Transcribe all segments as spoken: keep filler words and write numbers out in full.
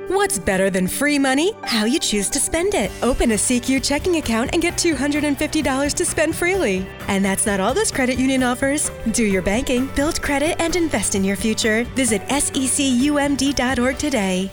What's better than free money? How you choose to spend it. Open a C Q checking account and get two hundred fifty dollars to spend freely. And that's not all this credit union offers. Do your banking, build credit, and invest in your future. Visit S E C U M D dot org today.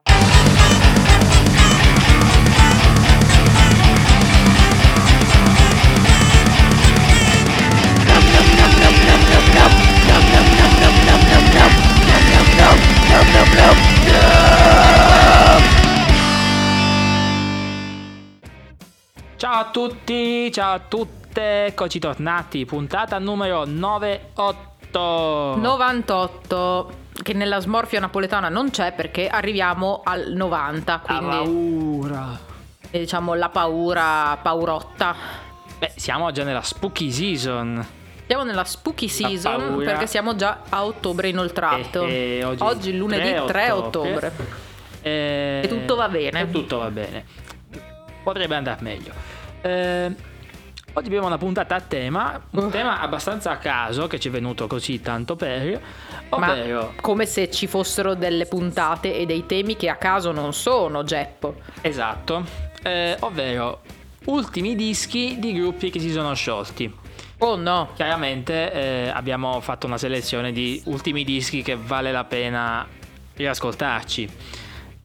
Ciao a tutti, ciao a tutte, eccoci tornati, puntata numero novantotto. novantotto, che nella smorfia napoletana non c'è perché arriviamo al novanta, quindi La paura. diciamo la paura, paurotta. Beh, siamo già nella spooky season. Siamo nella spooky season paura. perché siamo già a ottobre inoltrato. E, e oggi, oggi lunedì tre ottobre. E, e tutto va bene. E tutto va bene. Potrebbe andare meglio. Eh, oggi abbiamo una puntata a tema, un uh. tema abbastanza a caso che ci è venuto così tanto per, ovvero... Ma come se ci fossero delle puntate e dei temi che a caso non sono, Geppo. Esatto, eh, ovvero ultimi dischi di gruppi che si sono sciolti. Oh no. Chiaramente eh, abbiamo fatto una selezione di ultimi dischi che vale la pena riascoltarci.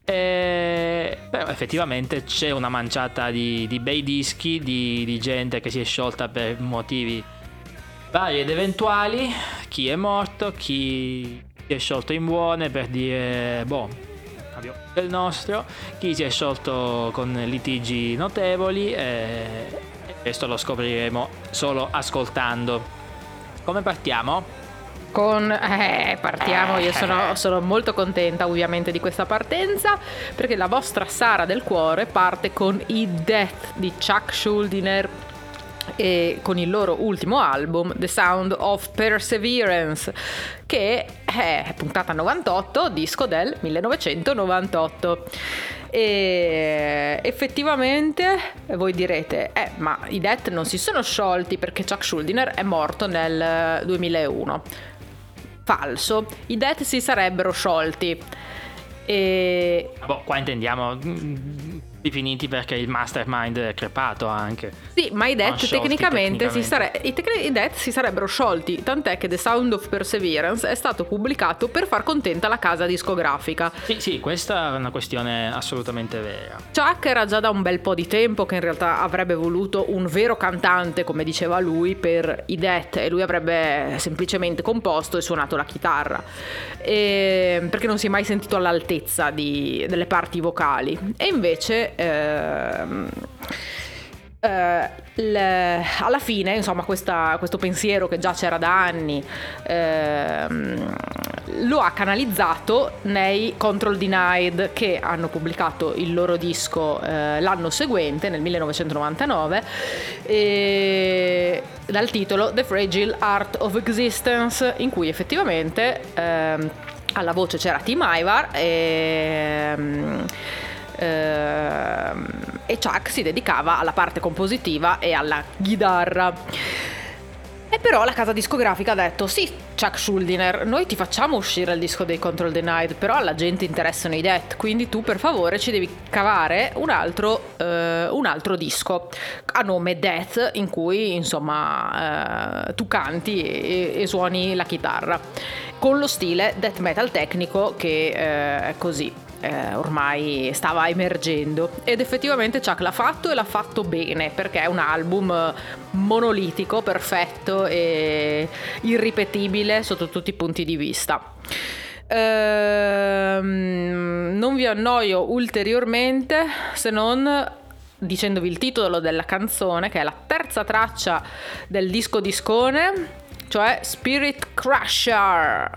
Eh, però effettivamente c'è una manciata di, di bei dischi di, di gente che si è sciolta per motivi vari ed eventuali. Chi è morto, chi si è sciolto in buone per dire boh, abbiamo del nostro, chi si è sciolto con litigi notevoli, e questo lo scopriremo solo ascoltando. Come partiamo? Con eh, partiamo, io sono, sono molto contenta ovviamente di questa partenza, perché la vostra Sara del cuore parte con i Death di Chuck Schuldiner e con il loro ultimo album The Sound of Perseverance, che è puntata novantotto, disco del millenovecentonovantotto. E effettivamente voi direte eh ma i Death non si sono sciolti perché Chuck Schuldiner è morto nel duemilauno. Falso, i Death si sarebbero sciolti e... Boh, qua intendiamo definiti perché il mastermind è crepato anche. Sì, ma i Death sciolti, tecnicamente, tecnicamente. Si sare... I, tec... i Death si sarebbero sciolti, tant'è che The Sound of Perseverance è stato pubblicato per far contenta la casa discografica. Sì, sì, questa è una questione assolutamente vera. Chuck era già da un bel po' di tempo che in realtà avrebbe voluto un vero cantante, come diceva lui, per i Death, e lui avrebbe semplicemente composto e suonato la chitarra, e... perché non si è mai sentito all'altezza di... delle parti vocali. E invece ehm... Uh, le, alla fine, insomma, questa, questo pensiero che già c'era da anni uh, lo ha canalizzato nei Control Denied, che hanno pubblicato il loro disco uh, l'anno seguente, nel millenovecentonovantanove, e, dal titolo The Fragile Art of Existence, in cui effettivamente uh, alla voce c'era Tim Ivar e... Um, e Chuck si dedicava alla parte compositiva e alla chitarra. E però la casa discografica ha detto: sì, Chuck Schuldiner, noi ti facciamo uscire il disco dei Control Denied, però alla gente interessano i Death, quindi tu per favore ci devi cavare un altro, eh, un altro disco a nome Death, in cui insomma eh, tu canti e, e suoni la chitarra con lo stile death metal tecnico che eh, è così. Eh, ormai stava emergendo, ed effettivamente Chuck l'ha fatto e l'ha fatto bene, perché è un album monolitico, perfetto e irripetibile sotto tutti i punti di vista. Ehm, non vi annoio ulteriormente se non dicendovi il titolo della canzone, che è la terza traccia del disco discone, cioè Spirit Crusher.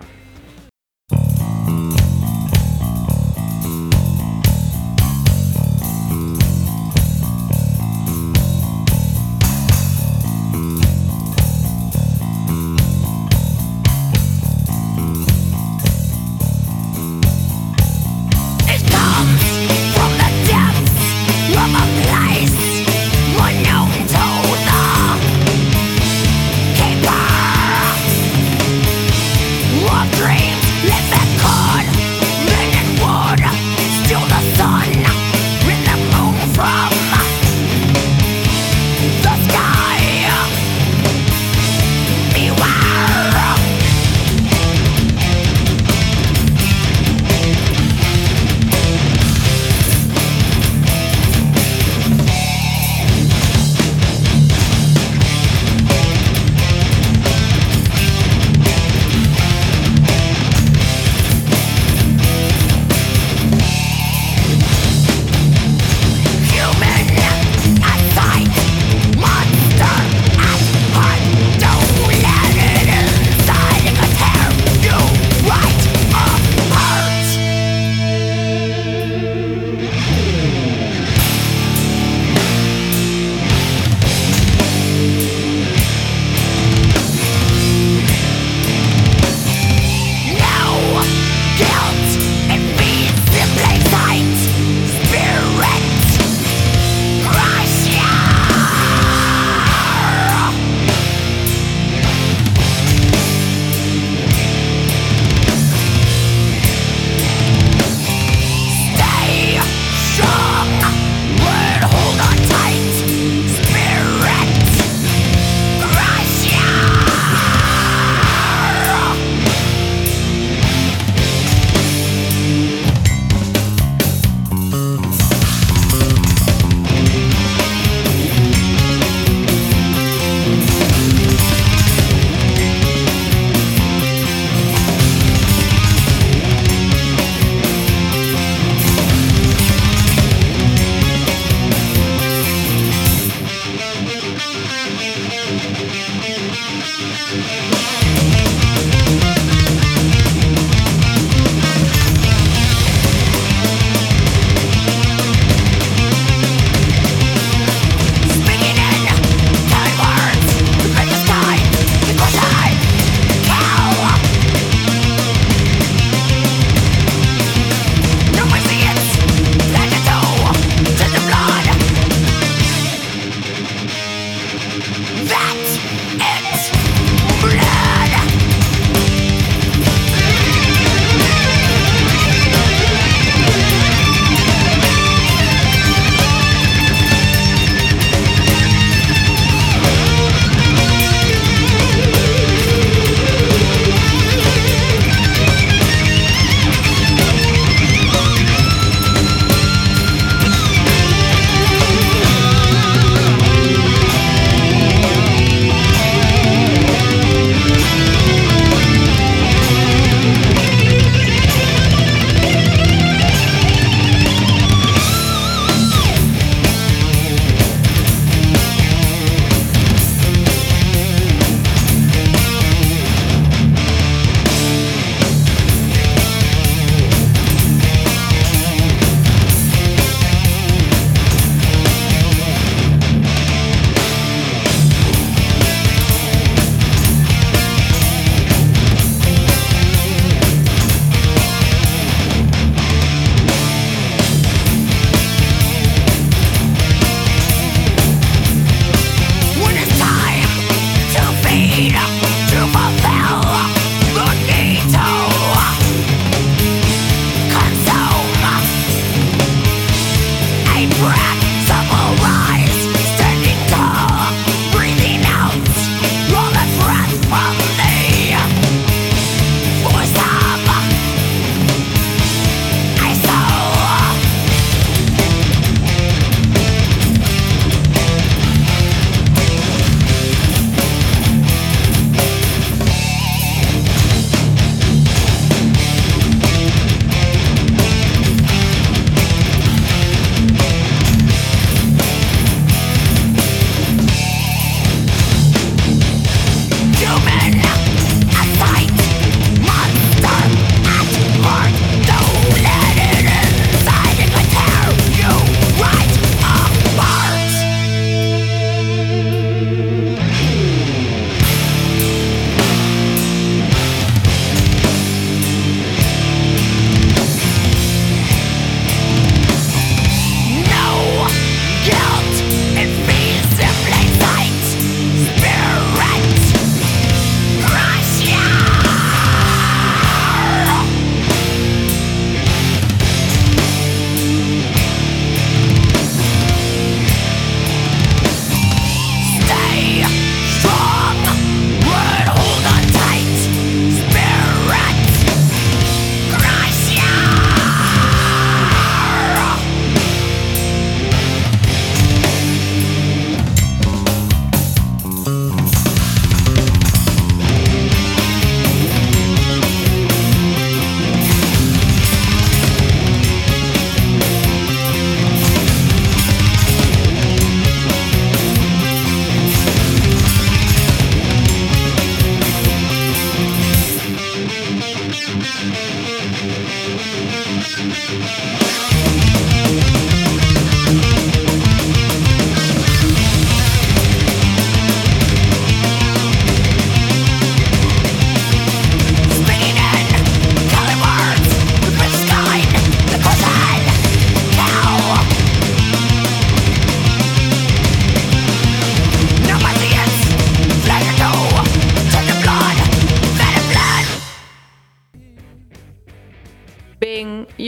What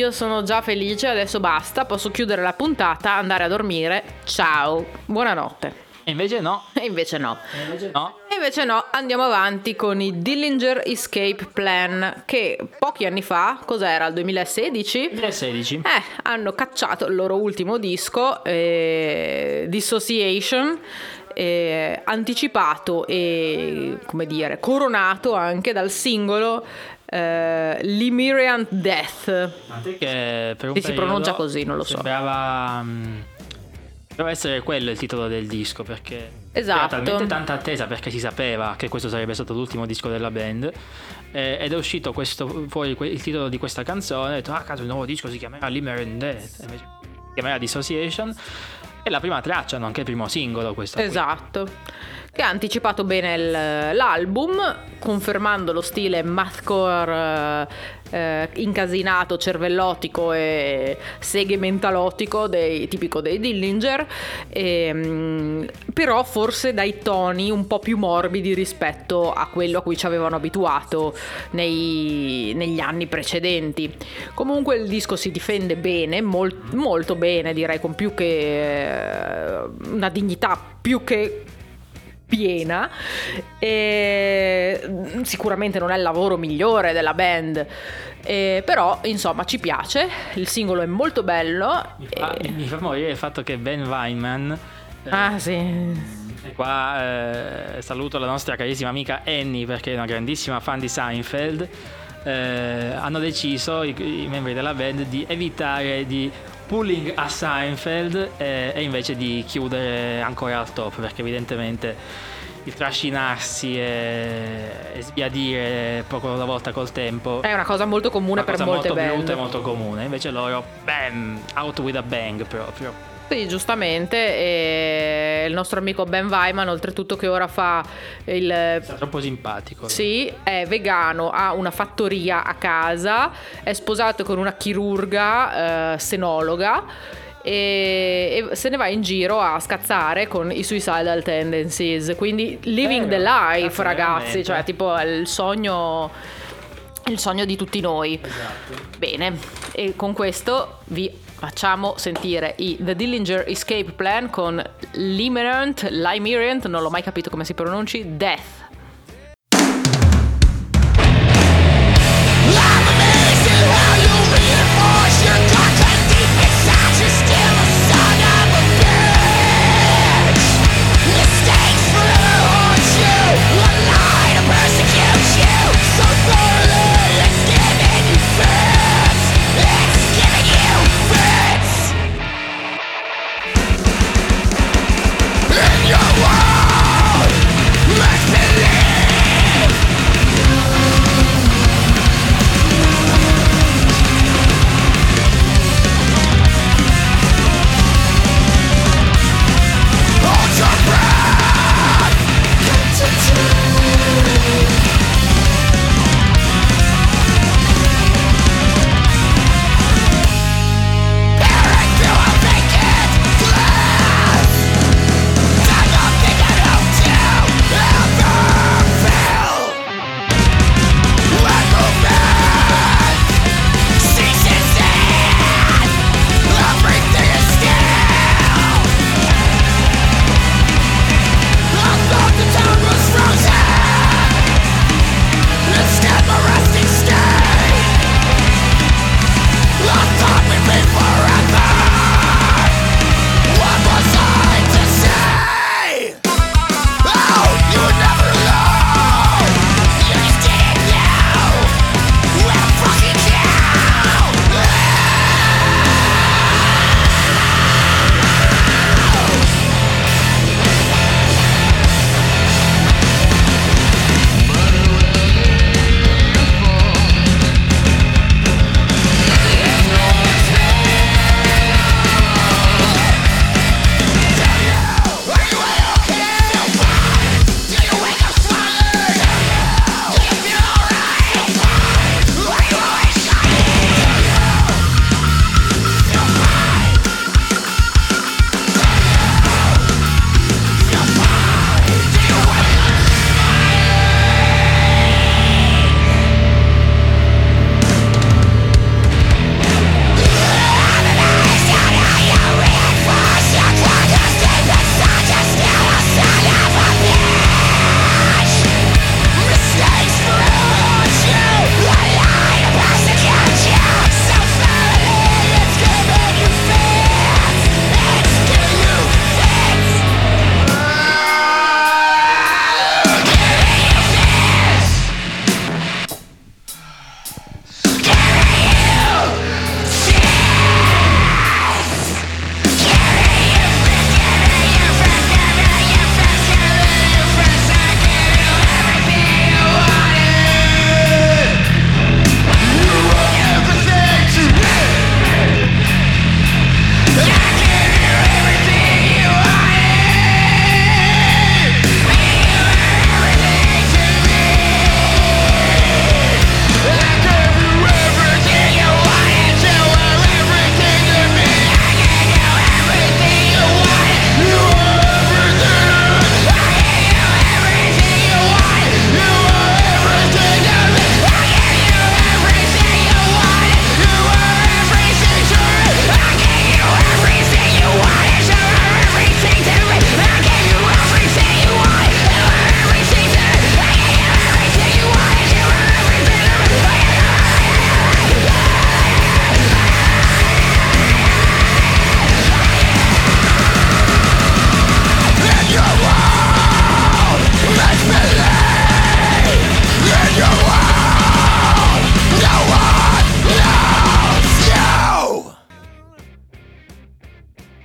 io sono già felice, adesso basta, posso chiudere la puntata, andare a dormire, ciao, buonanotte. E invece no. E invece no. E invece no. E invece no, andiamo avanti con i Dillinger Escape Plan, che pochi anni fa, cos'era, il duemilasedici? duemilasedici. Eh, hanno cacciato il loro ultimo disco, eh, Dissociation, eh, anticipato e, come dire, coronato anche dal singolo eh, Lemurian Death. Che per un che si pronuncia così, non lo so. Sembrava... Um... Doveva essere quello il titolo del disco, perché esatto. era talmente tanta attesa, perché si sapeva che questo sarebbe stato l'ultimo disco della band, eh, ed è uscito questo, fuori il titolo di questa canzone. Ho detto, ah caso il nuovo disco si chiamerà Lemurian Death, invece si chiamerà Dissociation. È la prima traccia, nonché il primo singolo, questo esatto, che ha anticipato bene il, l'album, confermando lo stile mathcore eh, incasinato, cervellotico e segmentalotico dei, tipico dei Dillinger, e, mh, però forse dai toni un po' più morbidi rispetto a quello a cui ci avevano abituato nei, negli anni precedenti. Comunque il disco si difende bene, mol, molto bene, direi, con più che eh, una dignità più che piena, e sicuramente non è il lavoro migliore della band, e però insomma ci piace, il singolo è molto bello. Mi fa, e... mi fa morire il fatto che Ben Weinman, ah eh, sì e qua eh, saluto la nostra carissima amica Annie, perché è una grandissima fan di Seinfeld, eh, hanno deciso i, i membri della band di evitare di pulling a Seinfeld e, e invece di chiudere ancora al top, perché evidentemente il trascinarsi e, e sbiadire poco alla volta col tempo è una cosa molto comune una per cosa molte molto band, brutta e molto comune. Invece loro, bam, out with a bang proprio. Sì, giustamente. E il nostro amico Ben Wyman, oltretutto, che ora fa il... È troppo simpatico. Sì, è vegano, ha una fattoria a casa, è sposato con una chirurga, eh, senologa, e, e se ne va in giro a scazzare con i suicidal tendencies. Quindi living the life, ragazzi, cioè tipo il sogno... il sogno di tutti noi. Esatto. Bene, e con questo vi facciamo sentire i The Dillinger Escape Plan con Lemurian, Lemurian, non l'ho mai capito come si pronunci, Death. Your world, let's believe.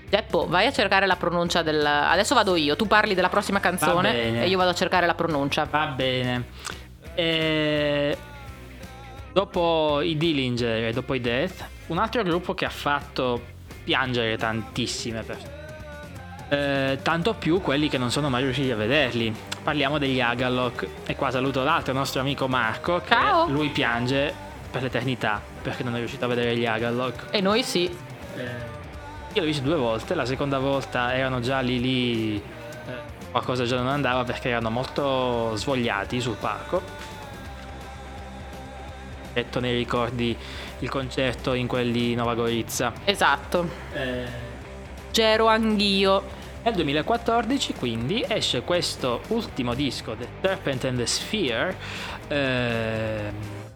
Geppo, vai a cercare la pronuncia del... Adesso vado io, tu parli della prossima canzone e io vado a cercare la pronuncia. Va bene. E... Dopo i Dillinger e dopo i Death, un altro gruppo che ha fatto piangere tantissime persone. Eh, tanto più quelli che non sono mai riusciti a vederli. Parliamo degli Agalloch. E qua saluto l'altro nostro amico Marco, che Ciao. lui piange per l'eternità perché non è riuscito a vedere gli Agalloch. E noi sì. Eh, io l'ho visto due volte. La seconda volta erano già lì lì eh, qualcosa già non andava perché erano molto svogliati sul palco. Detto nei ricordi il concerto in quelli di Nova Gorizia. Esatto. Eh, C'ero anch'io. Nel duemilaquattordici quindi esce questo ultimo disco, The Serpent and the Sphere, ehm,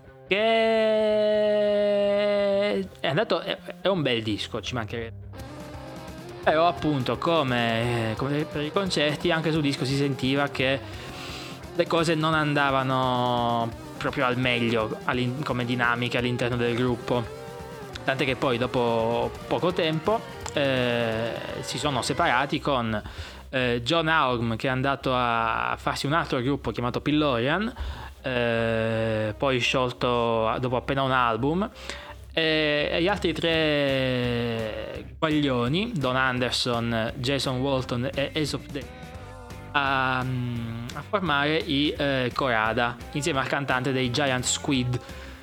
che è andato, è, è un bel disco, ci mancherebbe. Però appunto come, come per i concerti anche sul disco si sentiva che le cose non andavano proprio al meglio come dinamiche all'interno del gruppo, tant'è che poi dopo poco tempo Eh, si sono separati con eh, John Augm che è andato a farsi un altro gruppo chiamato Pillorian, eh, poi sciolto dopo appena un album, e, e gli altri tre guaglioni, Don Anderson, Jason Walton e Ace of Day, a, a formare i eh, Corada insieme al cantante dei Giant Squid.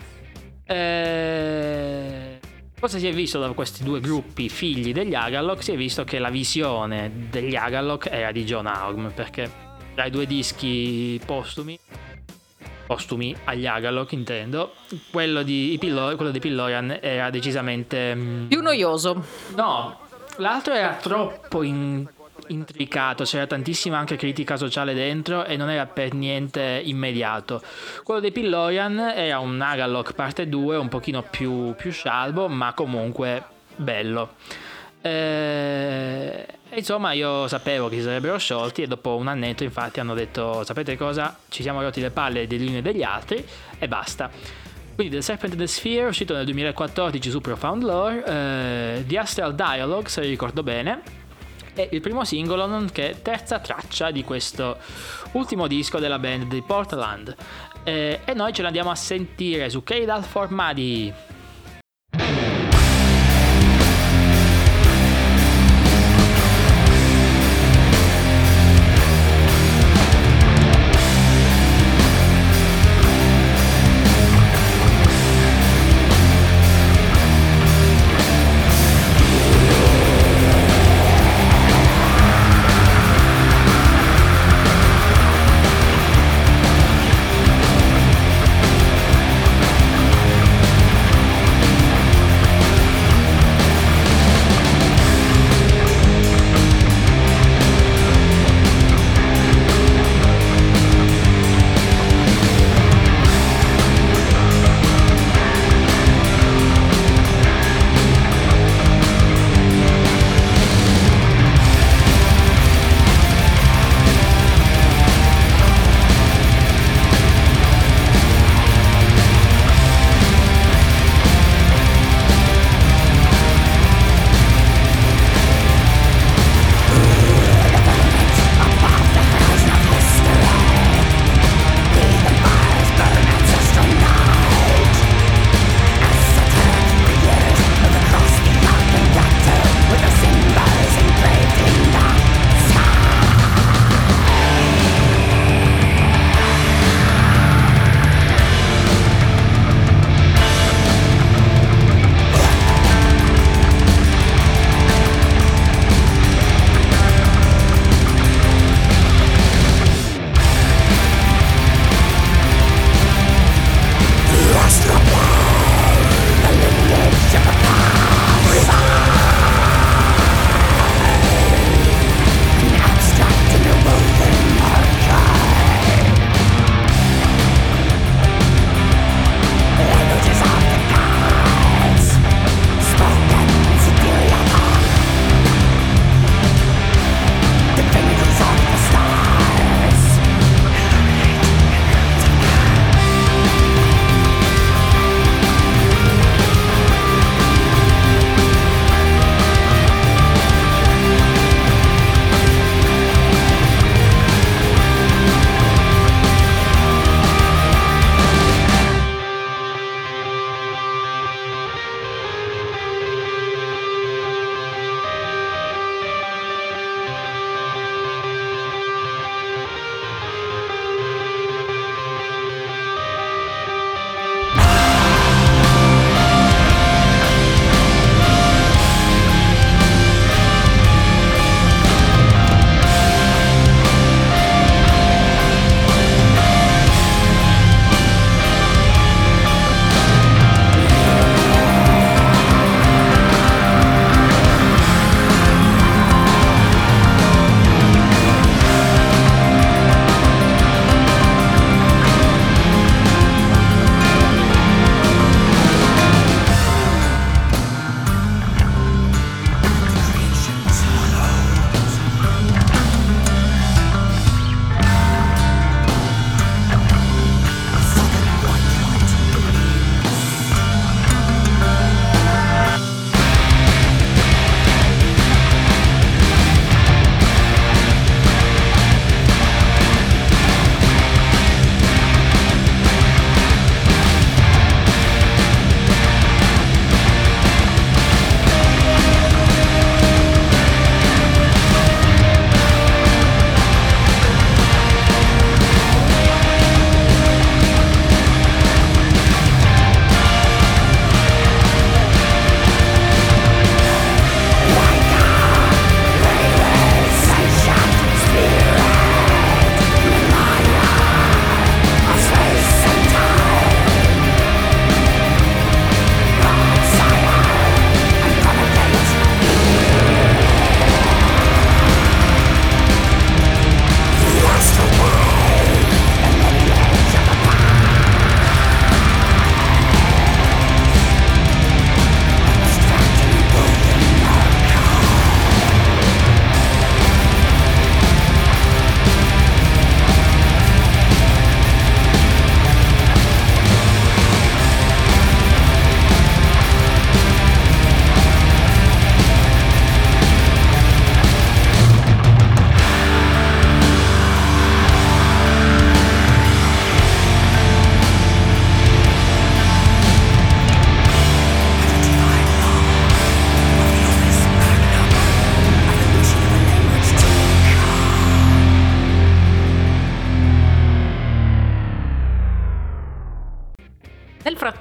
eh, Cosa si è visto da questi due gruppi figli degli Agalloch? Si è visto che la visione degli Agalloch era di John Augm, perché tra i due dischi postumi, postumi agli Agalloch intendo, quello di, Pillor- quello di Pillorian era decisamente... più noioso. No, l'altro era troppo in- intricato, c'era tantissima anche critica sociale dentro e non era per niente immediato. Quello dei Pillorian era un Agalloch parte due, un pochino più, più scialbo, ma comunque bello. E, insomma, io sapevo che si sarebbero sciolti e dopo un annetto infatti hanno detto: sapete cosa? Ci siamo rotti le palle degli uni e degli altri e basta. Quindi The Serpent and the Sphere, uscito nel duemilaquattordici su Profound Lore, eh, The Astral Dialogue, se ricordo bene, è il primo singolo nonché terza traccia di questo ultimo disco della band di Portland, eh, e noi ce l'andiamo a sentire su Cradle for Muddy. Thank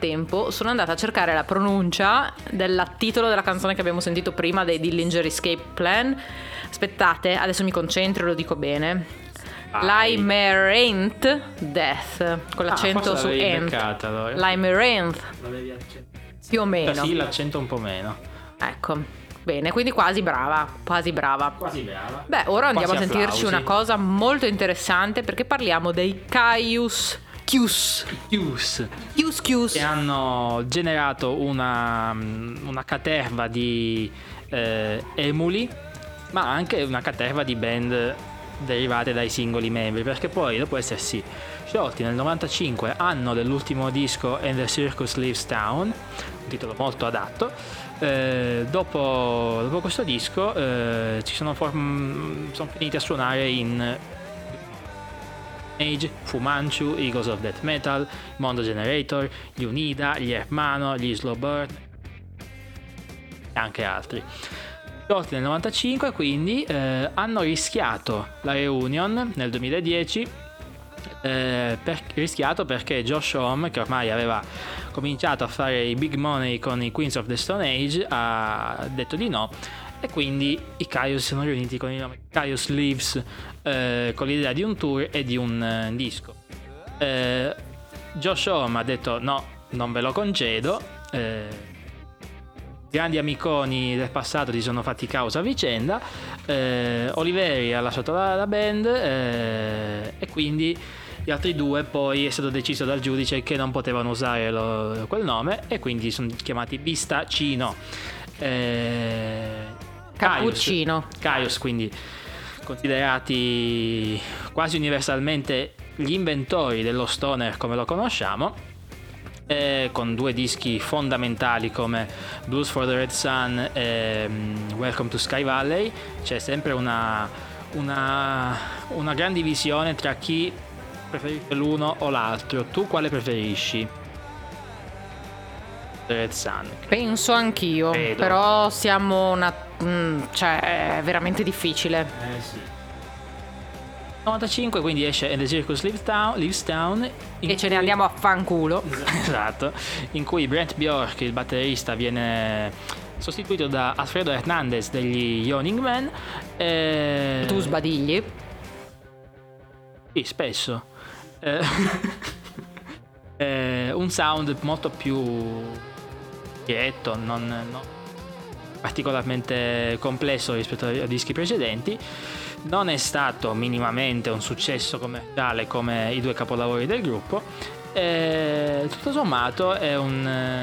frattempo sono andata a cercare la pronuncia del titolo della canzone che abbiamo sentito prima dei Dillinger Escape Plan. Aspettate, adesso mi concentro e lo dico bene. Limerent Death, con l'accento ah, su Ent. Allora. Limerent, più o meno. Sì, l'accento un po' meno. Ecco. Bene, quindi quasi brava, quasi brava. Quasi brava. Beh, ora andiamo quasi a sentirci applausi. una cosa molto interessante, perché parliamo dei Caius Chius. Chius. Chius Chius. Che hanno generato una, una caterva di eh, emuli, ma anche una caterva di band derivate dai singoli membri, perché poi dopo essersi sciolti nel novantacinque, anno dell'ultimo disco And the Circus Leaves Town, un titolo molto adatto, eh, dopo, dopo questo disco eh, ci sono, form- sono finiti a suonare in Age, Fu Manchu, Eagles of Death Metal, Mondo Generator, gli Unida, gli Hermano, gli Slow Bird e anche altri. Sciolti nel novantacinque, quindi eh, hanno rischiato la reunion nel duemiladieci, eh, per, rischiato perché Josh Homme, che ormai aveva cominciato a fare i big money con i Queens of the Stone Age, ha detto di no, e quindi i Caius sono riuniti con il nome Caius Leaves, eh, con l'idea di un tour e di un uh, disco. eh, Josh Homme ha detto no, non ve lo concedo. eh, grandi amiconi del passato si sono fatti causa a vicenda. eh, Oliveri ha lasciato la, la band, eh, e quindi gli altri due poi è stato deciso dal giudice che non potevano usare lo, quel nome, e quindi sono chiamati Bistacino. eh, Cappuccino. Caius, Caius, quindi considerati quasi universalmente gli inventori dello stoner come lo conosciamo, eh, con due dischi fondamentali come Blues for the Red Sun e um, Welcome to Sky Valley. C'è sempre una, una, una gran divisione tra chi preferisce l'uno o l'altro. Tu quale preferisci? Red Sun. Penso anch'io, Credo. però siamo una... mm, cioè è veramente difficile. Eh sì. novantacinque, quindi esce And the Circus Leaves Town, Leaves Town in E ce cui- ne andiamo a fanculo. Esatto, in cui Brent Bjork, il batterista, viene sostituito da Alfredo Hernandez degli Yawning Men. E... Tu sbadigli. Sì, spesso. Eh, eh, un sound molto più diretto, non, non particolarmente complesso rispetto ai dischi precedenti. Non è stato minimamente un successo commerciale come i due capolavori del gruppo. E tutto sommato è un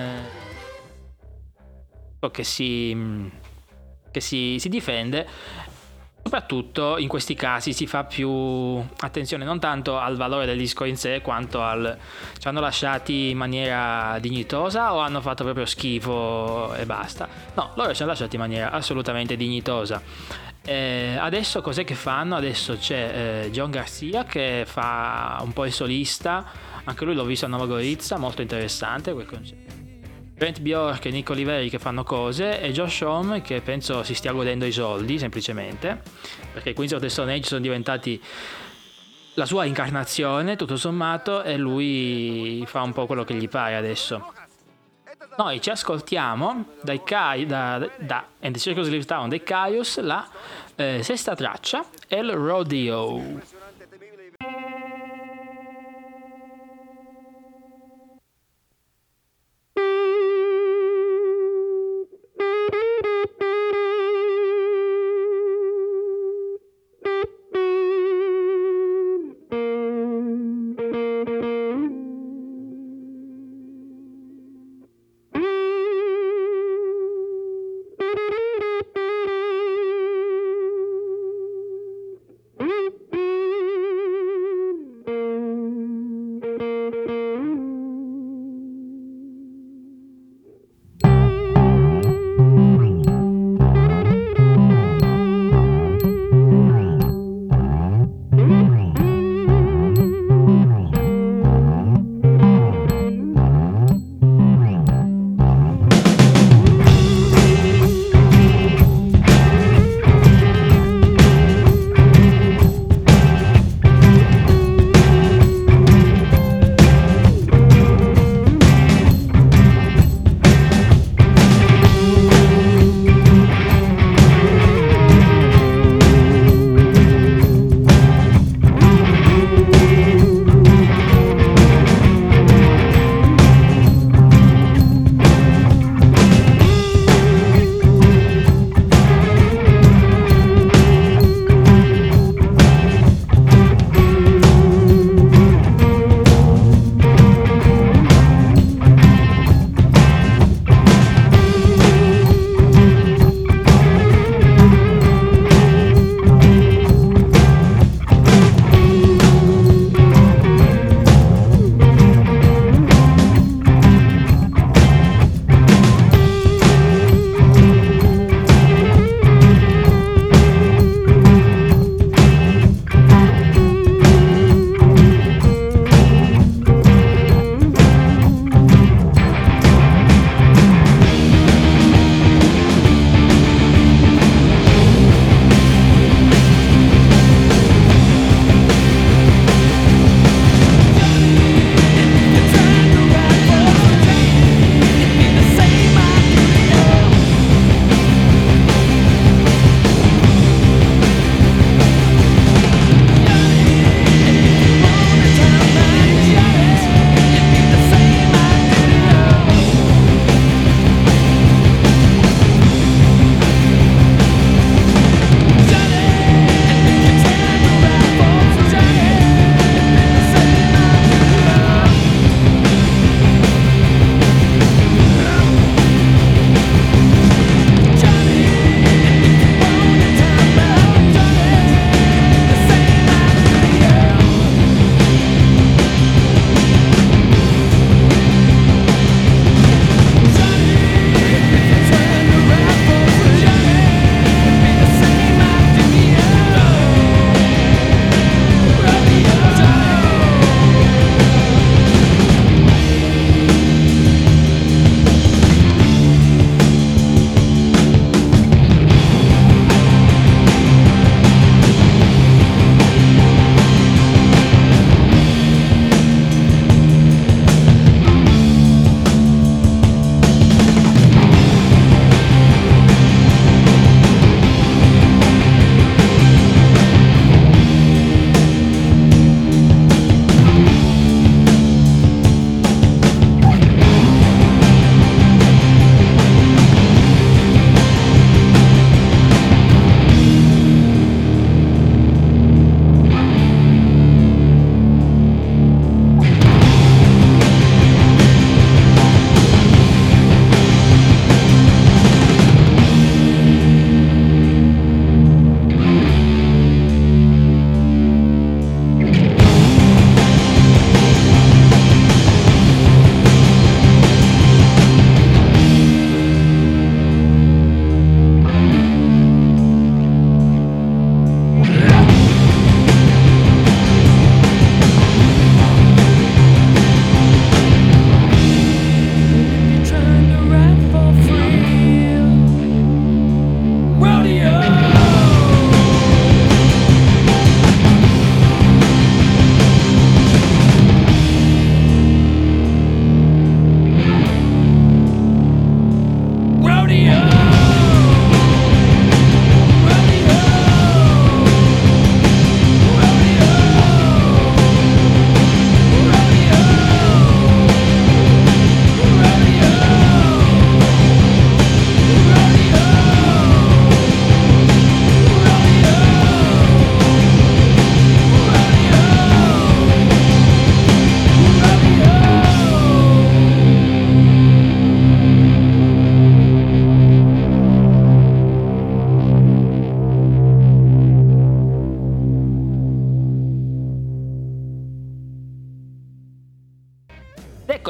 eh, che si che si, si difende. Soprattutto in questi casi si fa più attenzione non tanto al valore del disco in sé, quanto al ci hanno lasciati in maniera dignitosa o hanno fatto proprio schifo e basta. No, loro ci hanno lasciati in maniera assolutamente dignitosa. Eh, adesso cos'è che fanno? Adesso c'è eh, John Garcia che fa un po' il solista, anche lui l'ho visto a Nova Gorizia, molto interessante quel concetto. Brent Bjork e Nick Oliveri che fanno cose, e Josh Homme che penso si stia godendo i soldi semplicemente, perché i Queens of the Stone Age sono diventati la sua incarnazione tutto sommato, e lui fa un po' quello che gli pare adesso. Noi ci ascoltiamo dai Kai, da, da And the Circus Leaves Town dei Caius la eh, sesta traccia, El Rodeo. Mm-hmm.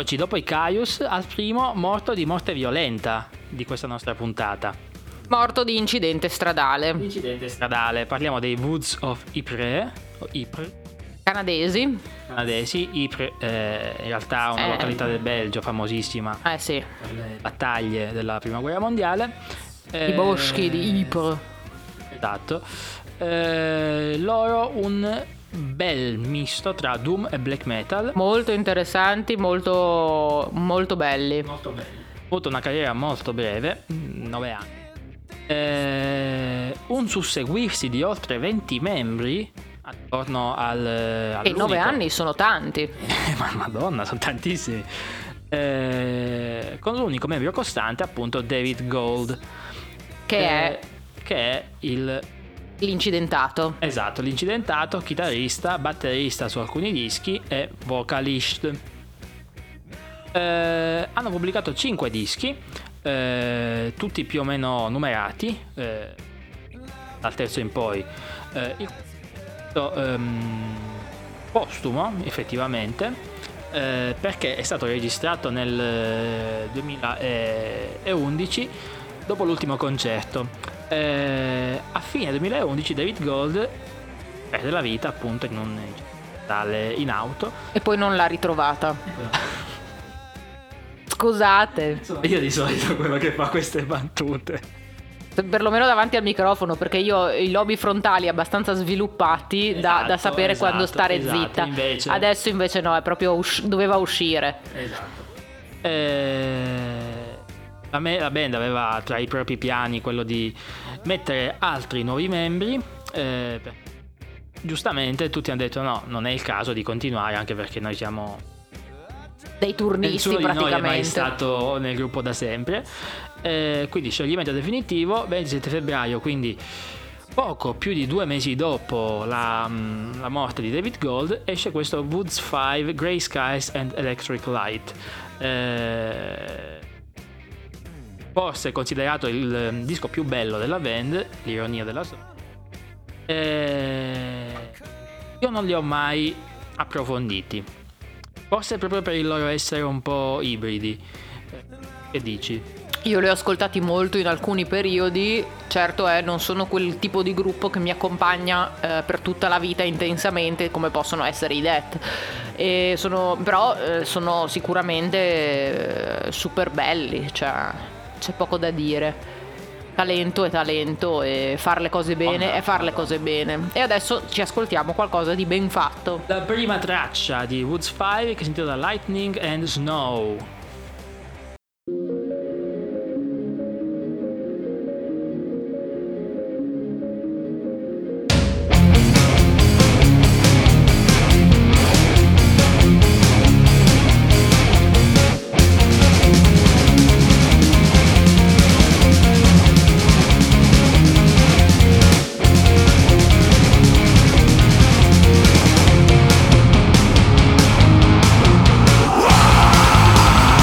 eccoci dopo i Caius al primo morto di morte violenta di questa nostra puntata. Morto di incidente stradale. Incidente stradale, parliamo dei Woods of Ypres, o Ypres. Canadesi. Canadesi, Ypres eh, in realtà una Eh. località del Belgio famosissima Eh sì, per le battaglie della prima guerra mondiale. i Eh, boschi di Ypres. Esatto. Eh, loro un bel misto tra doom e black metal. Molto interessanti, molto, molto belli. Molto belli. Ha avuto una carriera molto breve, nove anni. Eh, un susseguirsi di oltre venti membri attorno al E nove anni sono tanti. ma madonna, sono tantissimi. Eh, con l'unico membro costante appunto David Gold, Che eh, è che è il l'incidentato. esatto, l'incidentato, chitarrista, batterista su alcuni dischi e vocalist. Eh, hanno pubblicato cinque dischi, eh, tutti più o meno numerati, eh, dal terzo in poi. Eh, il ehm, postumo, effettivamente, eh, perché è stato registrato nel eh, duemilaundici dopo l'ultimo concerto. Eh, a fine duemilaundici David Gold perde la vita appunto in un incidente in auto. E poi non l'ha ritrovata. Scusate, Io di solito quello che fa queste battute. perlomeno davanti al microfono, perché io ho i lobi frontali abbastanza sviluppati da- da, Esatto, sapere esatto, quando stare esatto, zitta. invece- Adesso invece no, è proprio usci- doveva uscire. Esatto. Eh, la, me- la band aveva tra i propri piani quello di mettere altri nuovi membri. Eh, beh, giustamente tutti hanno detto no, non è il caso di continuare, anche perché noi siamo Dei turnisti nessuno di noi è mai praticamente. stato nel gruppo da sempre. Eh, quindi scioglimento definitivo ventisette febbraio, quindi poco più di due mesi dopo la, mm, la morte di David Gold, esce questo Woods cinque Grey Skies and Electric Light. Eh, forse considerato il eh, disco più bello della band, l'ironia della storia. Eh, io non li ho mai approfonditi, forse proprio per il loro essere un po' ibridi. Eh, che dici? Io li ho ascoltati molto in alcuni periodi, certo è, non sono quel tipo di gruppo che mi accompagna eh, per tutta la vita intensamente come possono essere i Death. E sono, però eh, sono sicuramente eh, super belli, cioè c'è poco da dire. Talento è talento e far le cose bene è far le cose bene. E adesso ci ascoltiamo qualcosa di ben fatto. La prima traccia di Woods cinque che si intitola Lightning and Snow. Wow!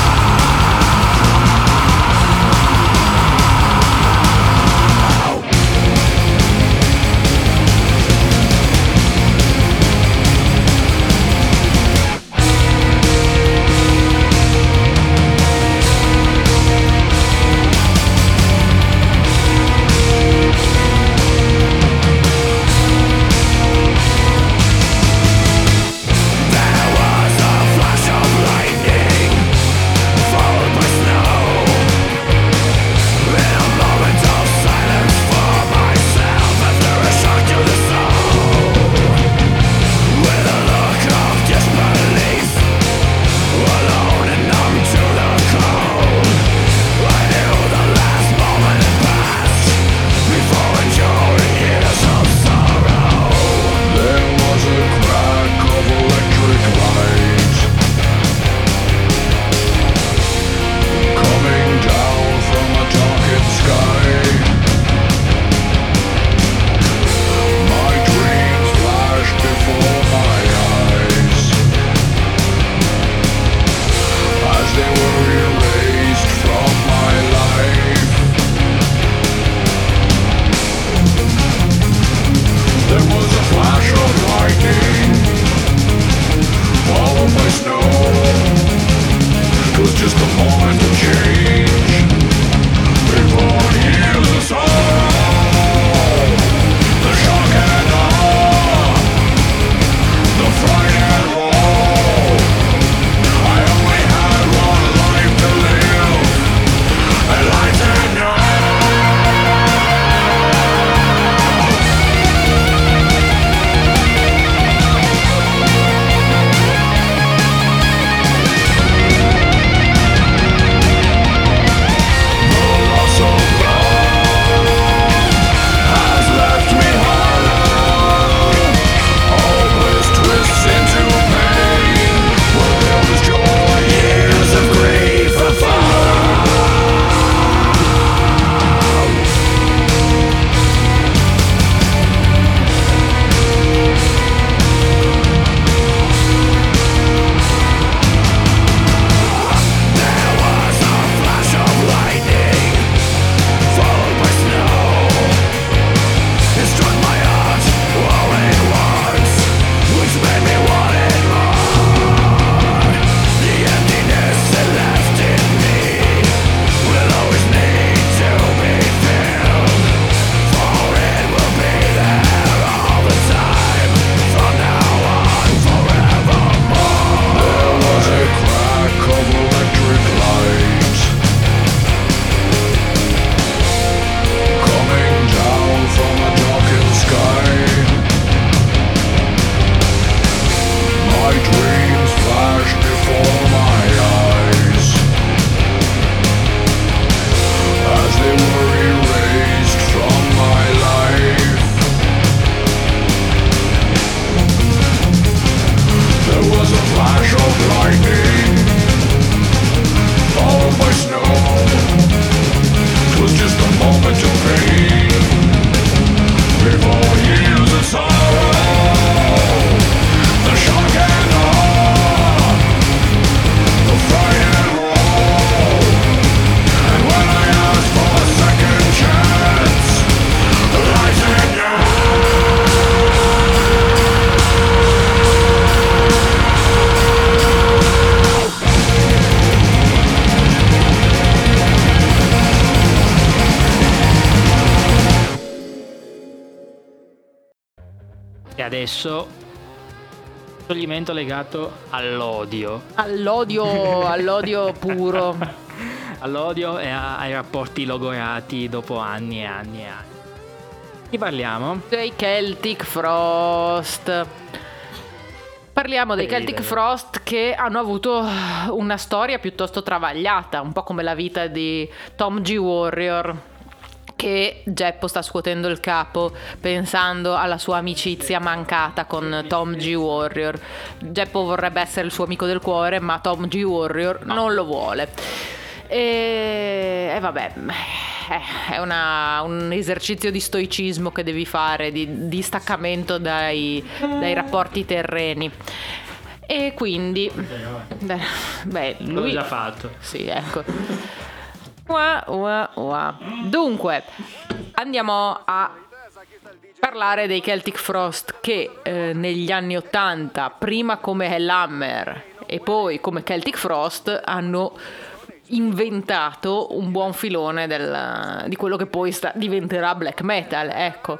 E adesso scioglimento legato all'odio. All'odio, all'odio puro. All'odio e a, ai rapporti logorati dopo anni e anni e anni. Di parliamo? Dei Celtic Frost. Parliamo dei Celtic Frost, che hanno avuto una storia piuttosto travagliata, un po' come la vita di Tom G. Warrior, che Geppo sta scuotendo il capo pensando alla sua amicizia mancata con Tom G. Warrior. Geppo vorrebbe essere il suo amico del cuore, ma Tom G. Warrior no. non lo vuole. E, e vabbè, è una, un esercizio di stoicismo che devi fare, di, di staccamento dai, dai rapporti terreni. E quindi beh, lui l'ho già fatto. Sì, ecco. Ua, ua, ua. Dunque, andiamo a parlare dei Celtic Frost, che eh, negli anni ottanta, prima come Hellhammer e poi come Celtic Frost, hanno inventato un buon filone del, di quello che poi sta, diventerà black metal, ecco.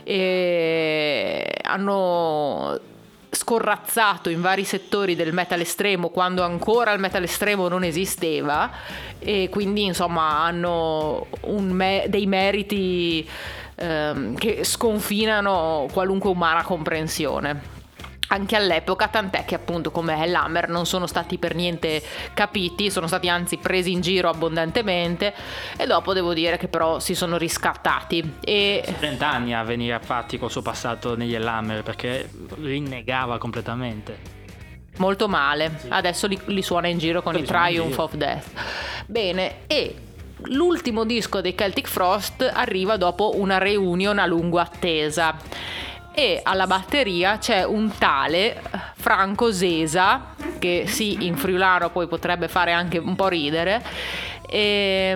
E hanno scorrazzato in vari settori del metal estremo quando ancora il metal estremo non esisteva, e quindi insomma hanno un me- dei meriti ehm, che sconfinano qualunque umana comprensione anche all'epoca, tant'è che appunto come Hellhammer non sono stati per niente capiti, sono stati anzi presi in giro abbondantemente, e dopo devo dire che però si sono riscattati. E trenta anni a venire a fatti col suo passato negli Hellhammer, perché rinnegava completamente. Molto male, sì. Adesso li, li suona in giro con i Triumph of Death. Bene, e l'ultimo disco dei Celtic Frost arriva dopo una reunion a lungo attesa, e alla batteria c'è un tale Franco Sesa, che sì, in friulano poi potrebbe fare anche un po' ridere, e,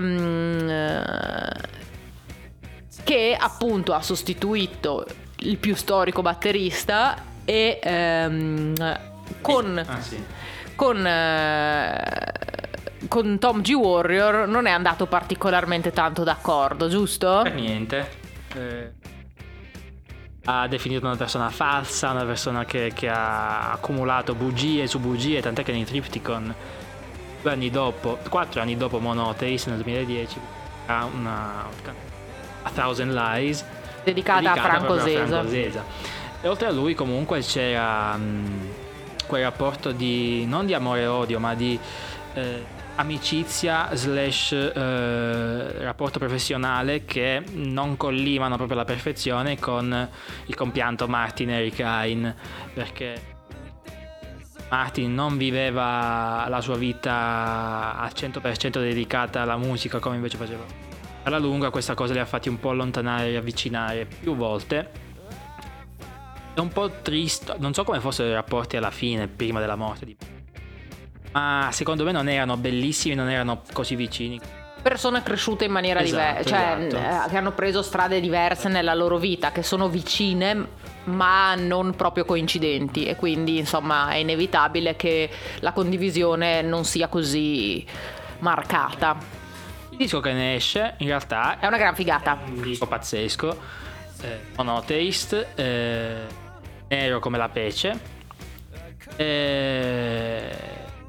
che appunto ha sostituito il più storico batterista e ehm, con, ah, sì. con eh, con Tom G. Warrior non è andato particolarmente tanto d'accordo, giusto? Per niente. Eh, ha definito una persona falsa, una persona che, che ha accumulato bugie su bugie, tant'è che nei Triptychon, due anni dopo, quattro anni dopo Monotheist, nel duemiladieci, ha una A Thousand Lies dedicata, dedicata a Franco Sesa. Franco Sesa. E oltre a lui comunque c'era mh, quel rapporto di, non di amore e odio, ma di eh, amicizia slash eh, rapporto professionale, che non collimano proprio alla perfezione con il compianto Martin Eric Hain, perché Martin non viveva la sua vita al cento per cento dedicata alla musica come invece faceva. Alla lunga questa cosa li ha fatti un po' allontanare e riavvicinare più volte. È un po' triste, non so come fossero i rapporti alla fine, prima della morte di, ma secondo me non erano bellissimi, non erano così vicini. Persone cresciute in maniera esatto, diversa, cioè esatto. eh, che hanno preso strade diverse nella loro vita, che sono vicine ma non proprio coincidenti, e quindi insomma è inevitabile che la condivisione non sia così marcata. Il disco che ne esce in realtà è una gran figata, un disco pazzesco, eh, Monotheist, eh, nero come la pece, eh,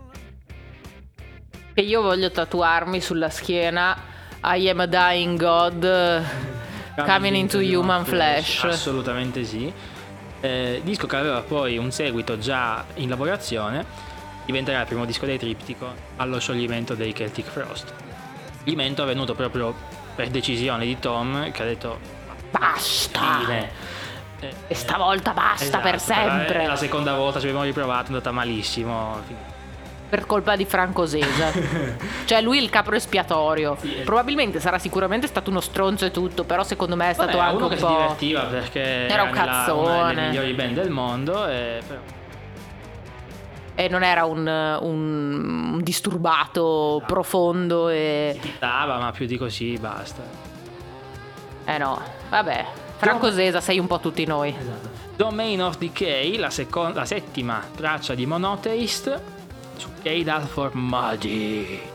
che io voglio tatuarmi sulla schiena I am a dying God coming, coming into, into human flesh. flesh. Assolutamente sì. Eh, disco che aveva poi un seguito già in lavorazione, diventerà il primo disco dei Triptychon allo scioglimento dei Celtic Frost. Scioglimento avvenuto proprio per decisione di Tom, che ha detto basta, fine. Eh, e stavolta basta, esatto, per sempre. La, la seconda volta ci abbiamo riprovato, è andata malissimo. Per colpa di Franco Sesa. Cioè lui il capro espiatorio. Sì, probabilmente sarà sicuramente stato uno stronzo e tutto, però secondo me è stato Vabbè, anche uno un che po'... si divertiva perché era un cazzone, una delle migliori band del mondo, e però... e non era un, un, un disturbato, esatto, profondo e... si titava, ma più di così basta. Eh no, vabbè, Franco Sesa sei un po' tutti noi. Esatto. Domain of Decay, la, seco- la settima traccia di Monotheist, su Cadal for Muddy.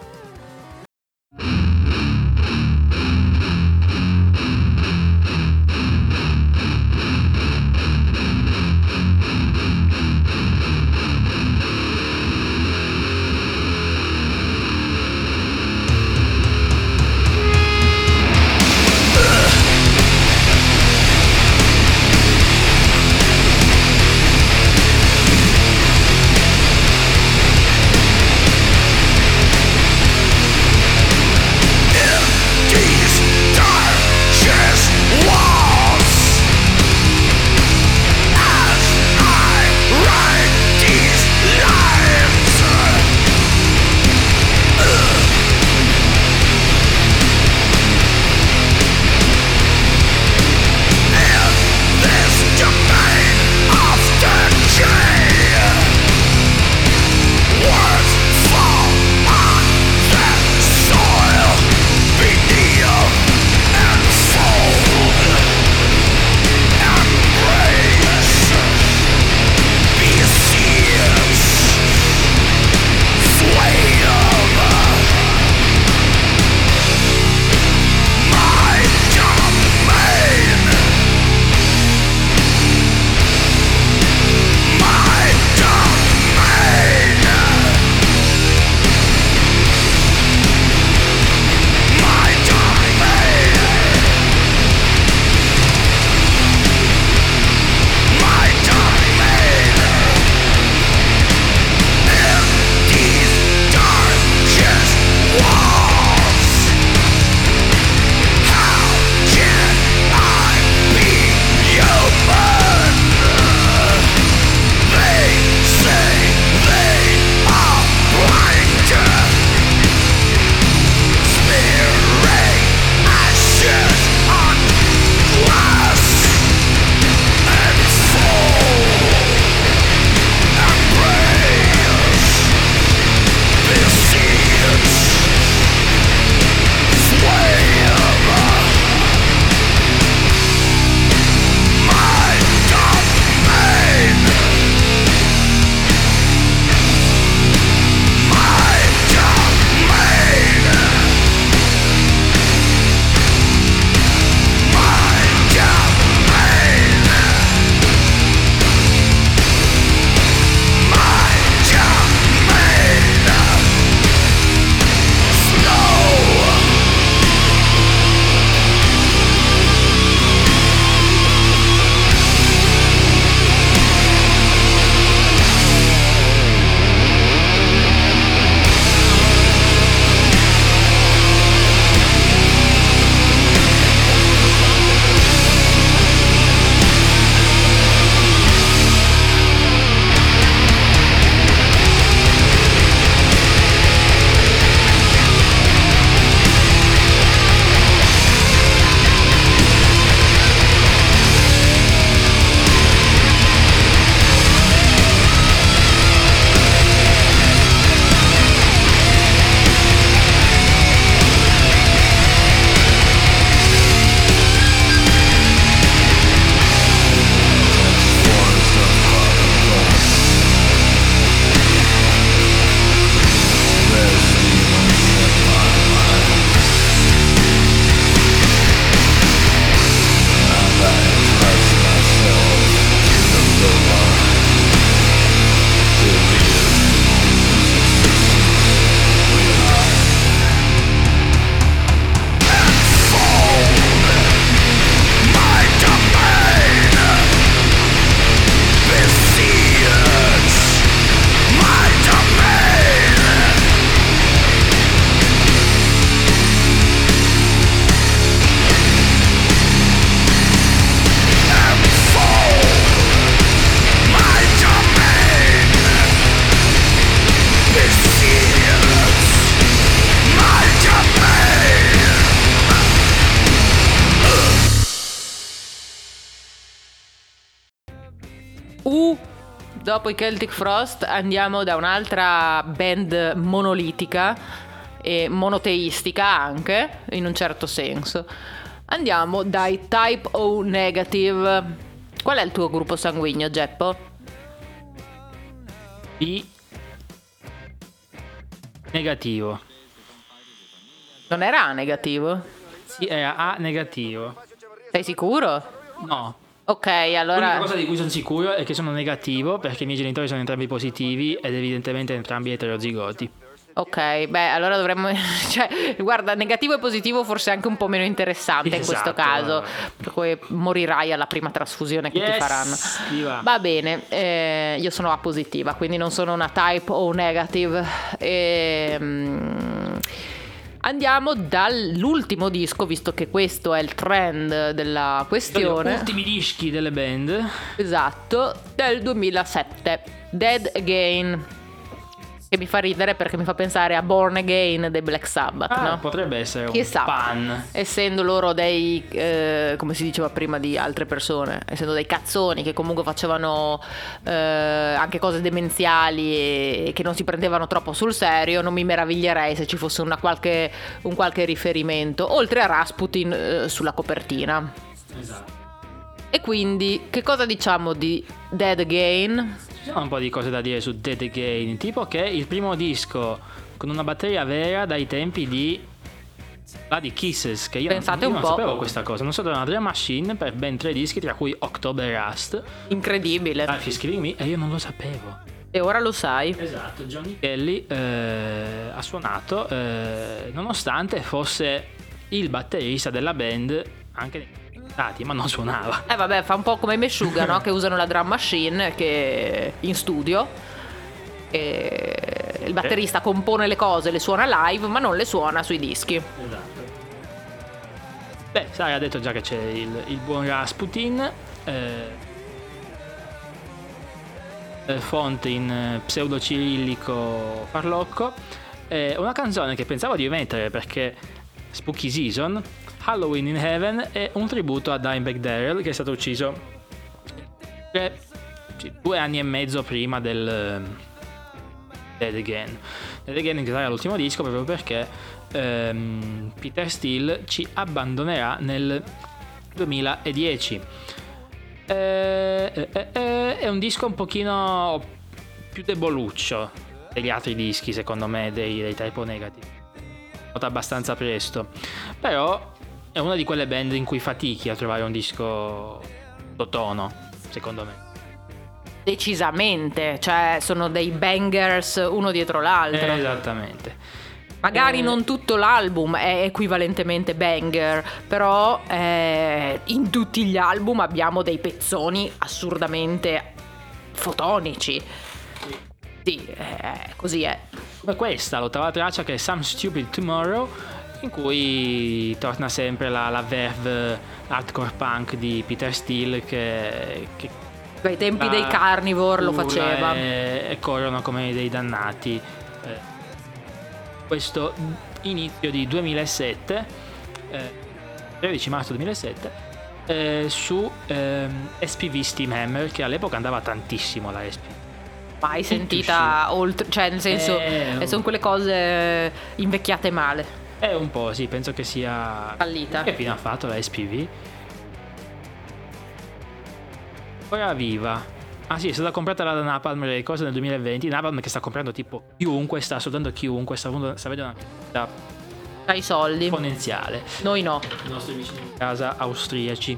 Uh, dopo i Celtic Frost andiamo da un'altra band monolitica e monoteistica anche, in un certo senso. Andiamo dai Type O Negative. Qual è il tuo gruppo sanguigno, Geppo? B negativo. Non era A negativo? Sì, era A negativo. Sei sicuro? No. Ok, allora... L'unica cosa di cui sono sicuro è che sono negativo perché i miei genitori sono entrambi positivi ed evidentemente entrambi eterozigoti. Ok, beh, allora dovremmo... cioè, guarda, negativo e positivo forse anche un po' meno interessante in questo Esatto. caso, per cui morirai alla prima trasfusione che Yes, ti faranno. viva. Va bene, eh, io sono A positiva, quindi non sono una type O negative. E, mm, andiamo dall'ultimo disco, visto che questo è il trend della questione. Gli ultimi dischi delle band. Esatto, del duemilasette, Dead Again. Che mi fa ridere perché mi fa pensare a Born Again dei Black Sabbath, Ah, no? potrebbe essere un Chissà, pan. essendo loro dei, eh, come si diceva prima di altre persone, essendo dei cazzoni che comunque facevano eh, anche cose demenziali e che non si prendevano troppo sul serio, non mi meraviglierei se ci fosse una qualche, un qualche riferimento, oltre a Rasputin eh, sulla copertina. Esatto. E quindi, che cosa diciamo di Dead Again? Ci sono un po' di cose da dire su Dead Again, tipo che il primo disco con una batteria vera dai tempi di Bloody Kisses, che io, Pensate non, io un non po'. sapevo questa cosa, non so, da una drum machine per ben tre dischi, tra cui October Rust, Incredibile. Life is Killing Me, e io non lo sapevo. E ora lo sai. Esatto, Johnny Kelly eh, ha suonato eh, nonostante fosse il batterista della band anche nei stati, ma non suonava. Eh vabbè, fa un po' come i Meshuggah, no? Che usano la drum machine che in studio e il batterista compone le cose, le suona live, ma non le suona sui dischi. Esatto. Beh, sai, ha detto già che c'è il, il buon Rasputin, eh, fonte in eh, pseudo-cirillico farlocco, eh, una canzone che pensavo di mettere perché Spooky Season, Halloween in Heaven, è un tributo a Dimebag Darrell, che è stato ucciso tre, due anni e mezzo prima del uh, Dead Again. Dead Again in realtà era l'ultimo disco proprio perché um, Peter Steele ci abbandonerà nel duemiladieci. Eh, eh, eh, è un disco un pochino più deboluccio degli altri dischi, secondo me, dei, dei Type O Negative. Nota abbastanza presto, però è una di quelle band in cui fatichi a trovare un disco tono, secondo me. Decisamente, cioè sono dei bangers uno dietro l'altro. Eh, esattamente. Magari eh... non tutto l'album è equivalentemente banger, però eh, in tutti gli album abbiamo dei pezzoni assurdamente fotonici. Sì, eh, così è. Come questa, l'ottava traccia, che è Some Stupid Tomorrow, in cui torna sempre la, la verve hardcore punk di Peter Steele che, che ai tempi dei Carnivore lo faceva e, e corrono come dei dannati. Eh, questo inizio di duemilasette, eh, tredici marzo duemilasette, eh, su ehm, S P V Steamhammer, che all'epoca andava tantissimo la S P V. mai sentita oltre, cioè nel senso eh, sono quelle cose invecchiate male. È un po', sì, penso che sia fallita. Che fine ha fatto la S P V? Ora viva. Ah sì, è stata comprata da Napalm Records nel duemilaventi. Napalm che sta comprando tipo chiunque, sta assolutando chiunque, sta avendo, sta avendo una crescita ai soldi esponenziale. Noi no. I nostri vicini di casa austriaci.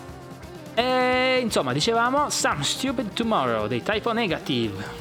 E insomma, dicevamo Some Stupid Tomorrow dei Type O Negative.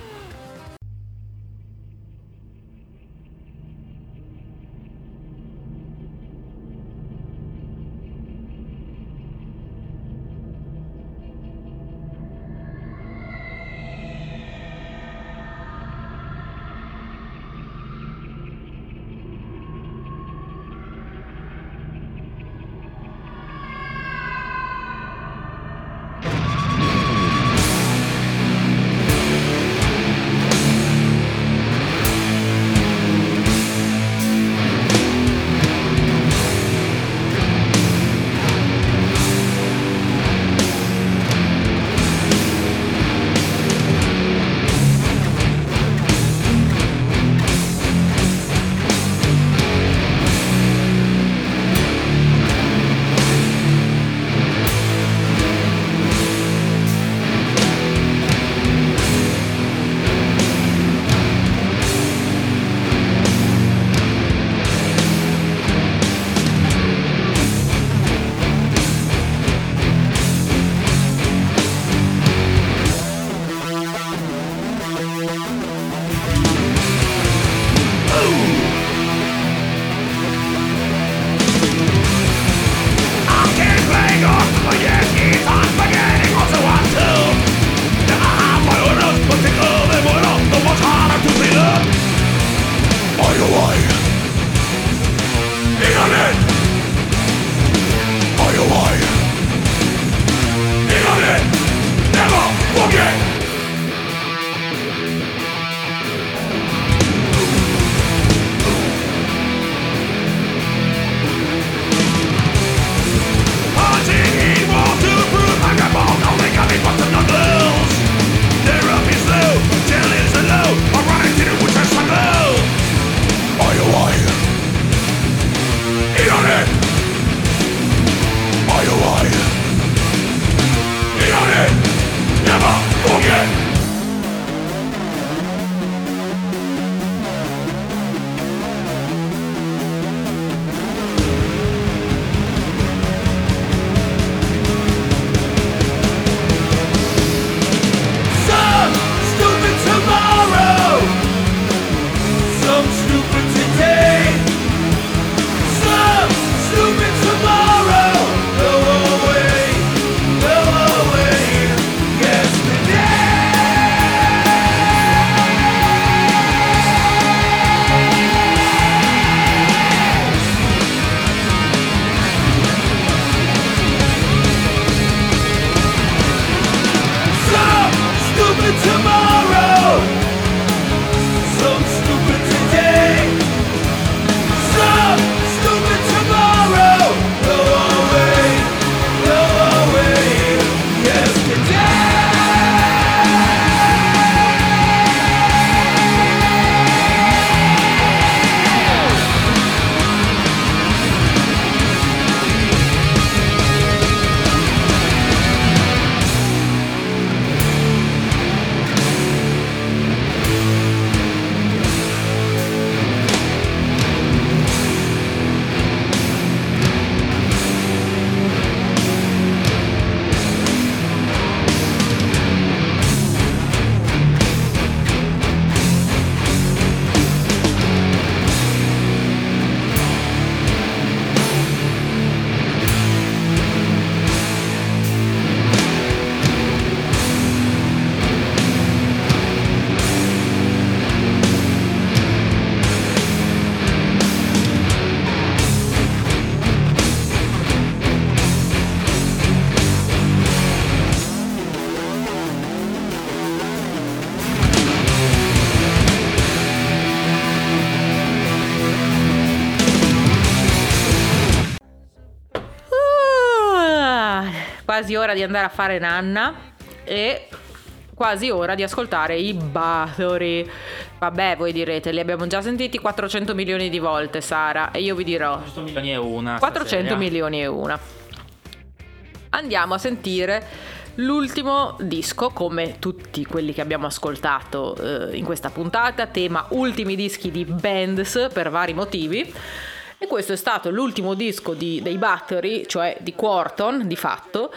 quasi ora di andare a fare nanna e quasi ora di ascoltare i Bathory. Vabbè, voi direte, li abbiamo già sentiti quattrocento milioni di volte, Sara, e io vi dirò quattrocento milioni e una quattrocento stasera. milioni e una. Andiamo a sentire l'ultimo disco, come tutti quelli che abbiamo ascoltato eh, in questa puntata, tema ultimi dischi di bands per vari motivi. E questo è stato l'ultimo disco di, dei Bathory, cioè di Quorthon, di fatto,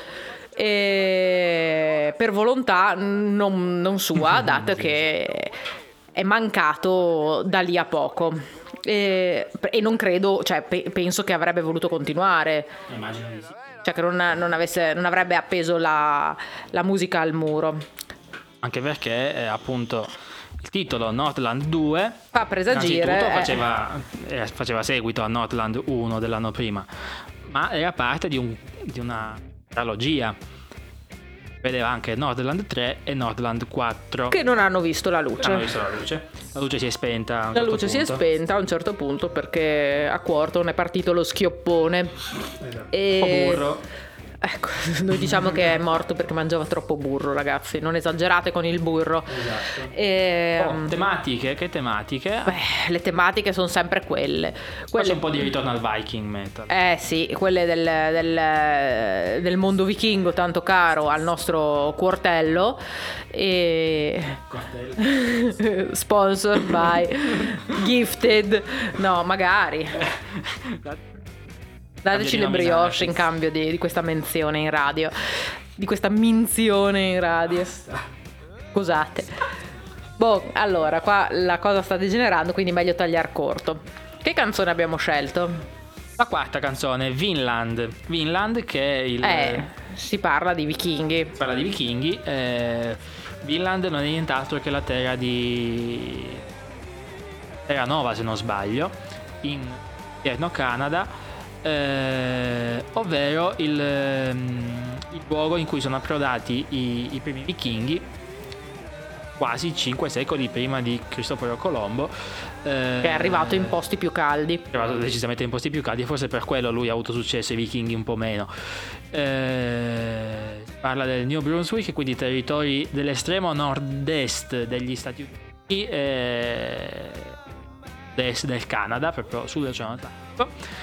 e per volontà non, non sua, dato che è mancato da lì a poco. E, e non credo, cioè pe- penso che avrebbe voluto continuare. Immagino di sì. Cioè che non, non, avesse, non avrebbe appeso la, la musica al muro. Anche perché eh, appunto il titolo Northland due fa presagire, innanzitutto eh. faceva, eh, faceva seguito a Northland uno dell'anno prima, ma era parte di, un, di una trilogia. Vedeva anche Northland tre e Northland quattro, che non hanno visto la luce. hanno visto la luce. La luce si è spenta a un La certo luce si è punto. spenta a un certo punto perché a Quorthon è partito lo schioppone. Esatto. E... Un po' burro. Ecco, noi diciamo che è morto perché mangiava troppo burro, ragazzi. Non esagerate con il burro. Esatto. E, Oh, tematiche, che tematiche? beh, le tematiche sono sempre quelle. Qua quelle... c'è un po' di ritorno al Viking metal. Eh sì, quelle del, del, del mondo vichingo tanto caro al nostro Quartello. E... Sponsored by Gifted. No, magari. Dateci le brioche in cambio di, di questa menzione in radio. Di questa minzione in radio. Scusate. Boh, allora, qua la cosa sta degenerando, quindi meglio tagliar corto. Che canzone abbiamo scelto? La quarta canzone, Vinland. Vinland che è il... Eh, si parla di vichinghi. parla di vichinghi. eh, Vinland non è nient'altro che la terra di Terra Nova, se non sbaglio, in Interno Canada, eh, ovvero il, ehm, il luogo in cui sono approdati i, i primi vichinghi quasi cinque secoli prima di Cristoforo Colombo, eh, Che è arrivato in posti più caldi. è arrivato decisamente in posti più caldi e forse per quello lui ha avuto successo, i vichinghi un po' meno. Eh, parla del New Brunswick, quindi territori dell'estremo nord-est degli Stati Uniti, eh, est del Canada, proprio sull'Oceano Atlantico.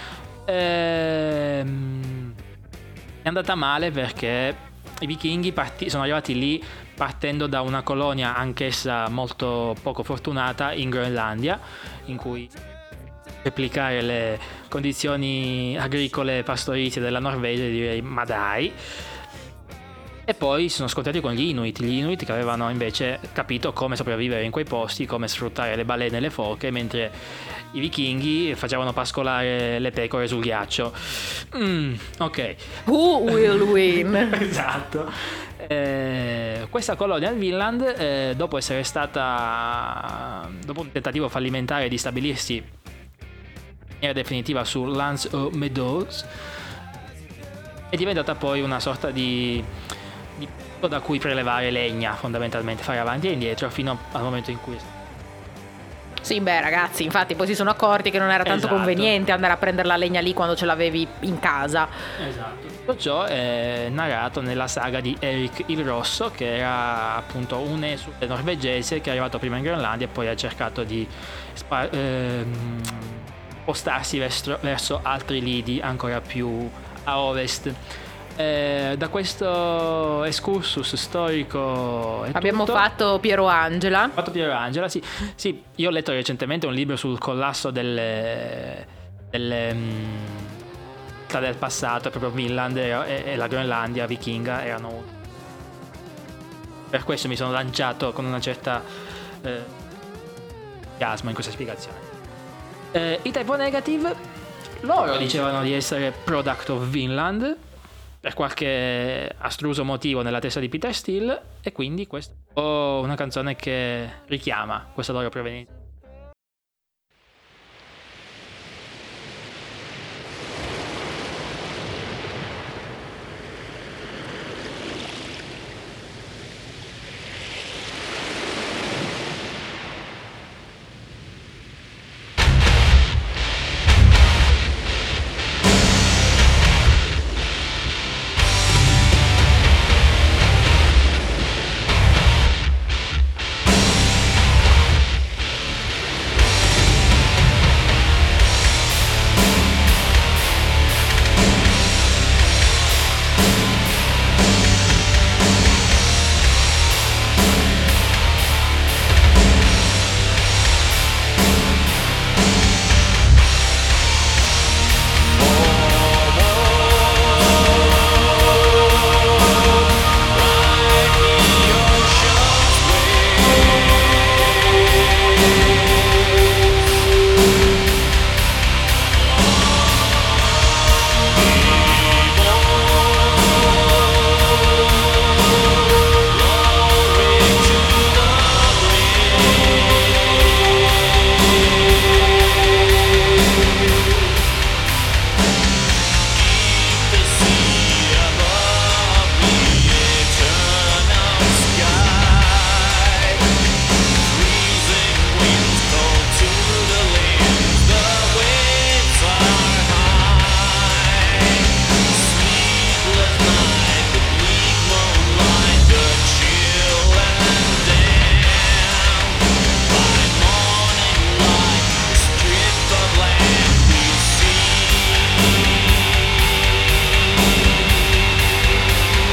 Ehm, è andata male perché i vichinghi parti- sono arrivati lì partendo da una colonia anch'essa molto poco fortunata in Groenlandia, in cui replicare le condizioni agricole e pastorizie della Norvegia, direi ma dai. E poi si sono scontrati con gli Inuit, gli Inuit che avevano invece capito come sopravvivere in quei posti, come sfruttare le balene e le foche, mentre i vichinghi facevano pascolare le pecore sul ghiaccio. Mm, ok. Who will win? Esatto. Eh, questa colonia al Vinland, eh, dopo essere stata, dopo un tentativo fallimentare di stabilirsi in maniera definitiva su Lance aux Meadows, è diventata poi una sorta di, di punto da cui prelevare legna, fondamentalmente, fare avanti e indietro fino al momento in cui... Sì, beh, ragazzi, infatti poi si sono accorti che non era tanto Esatto. conveniente andare a prendere la legna lì quando ce l'avevi in casa. Esatto. Tutto ciò è narrato nella saga di Eric il Rosso, che era appunto un esule norvegese che è arrivato prima in Groenlandia e poi ha cercato di spa- ehm, spostarsi verso, verso altri lidi ancora più a ovest. Eh, da questo excursus storico è Abbiamo tutto. fatto Piero Angela. fatto Piero Angela, sì. Sì, io ho letto recentemente un libro sul collasso delle, delle mh, del passato, proprio Vinland e, e la Groenlandia vichinga erano, per questo mi sono lanciato con una certa eh, entusiasmo in questa spiegazione. Eh, I Type O Negative, loro dicevano di essere product of Vinland per qualche astruso motivo nella testa di Peter Steele, e quindi questa è una canzone che richiama questa loro provenienza.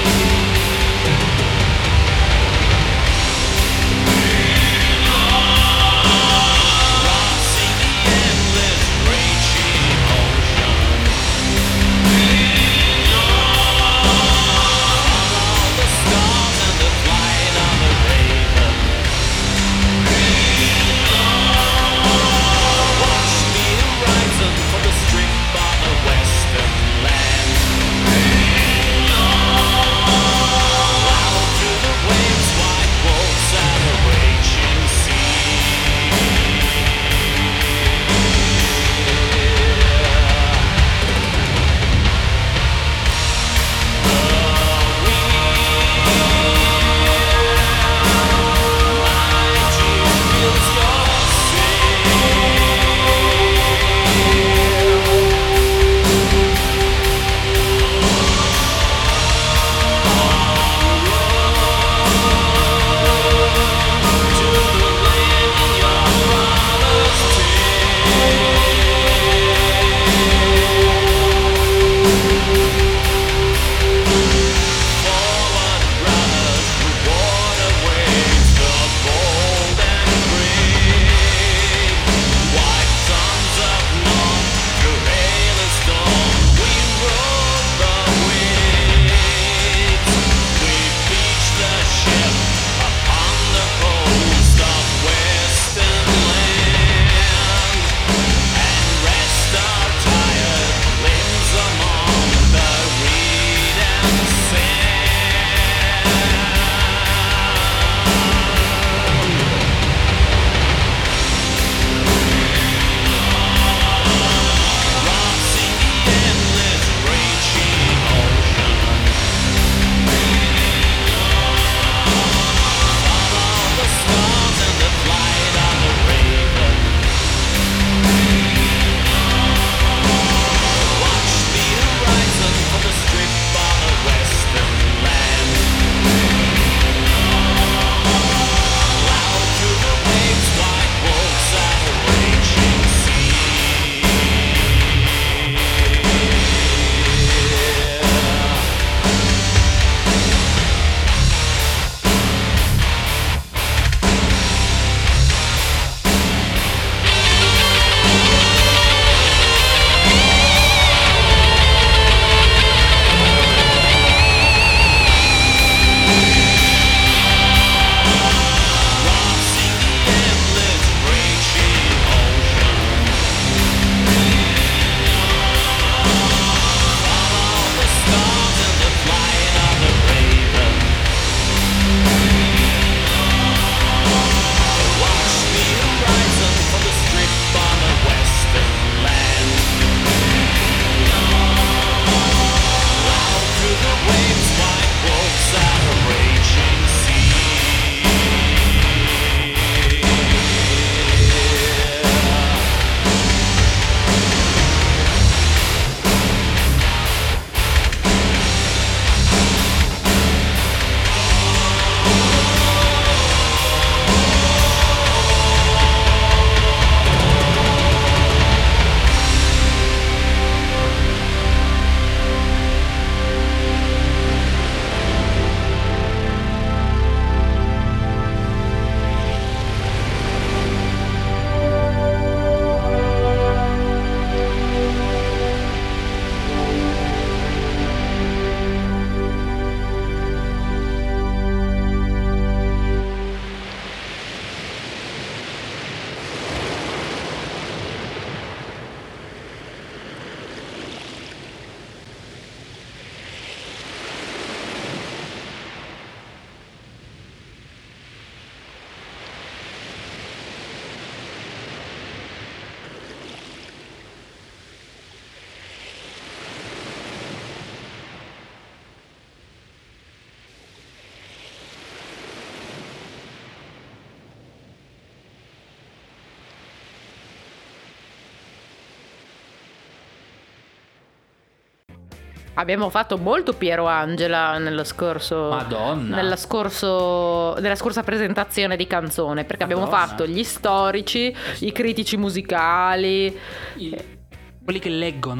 Abbiamo fatto molto Piero Angela nello scorso Madonna. nella scorso nella scorsa presentazione di canzone, perché Madonna. abbiamo fatto gli storici, i critici musicali, I- quelli che leggono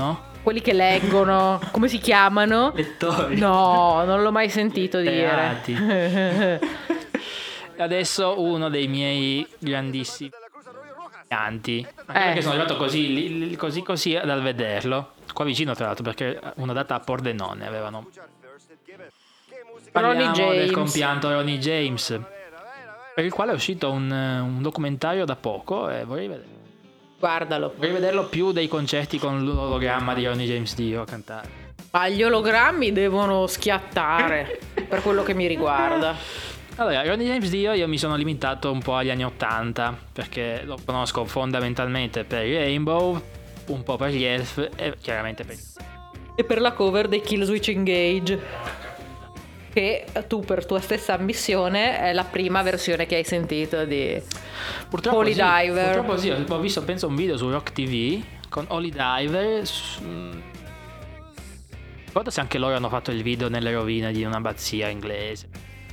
quelli che leggono, come si chiamano? Lettori. No, non l'ho mai sentito Letterati. dire. Adesso uno dei miei grandissimi pianti, anche Eh. perché sono arrivato così, li- li- così così dal vederlo, qua vicino tra l'altro, perché una data a Pordenone avevano. Parliamo Ronnie del James. compianto Ronnie James, per il quale è uscito un, un documentario da poco e vorrei vedere. Guardalo. Vorrei vederlo più dei concerti con l'ologramma di Ronnie James Dio a cantare. Ma gli ologrammi devono schiattare, per quello che mi riguarda. Allora, Ronnie James Dio io mi sono limitato un po' agli anni ottanta, perché lo conosco fondamentalmente per i Rainbow, un po' per gli Elf e chiaramente per... E per la cover dei Killswitch Engage, che tu per tua stessa ammissione è la prima versione che hai sentito di Purtroppo Holy sì, Diver. Purtroppo sì, ho visto penso un video su Rock T V con Holy Diver. su- Non ricordo se anche loro hanno fatto il video nelle rovine di un'abbazia inglese.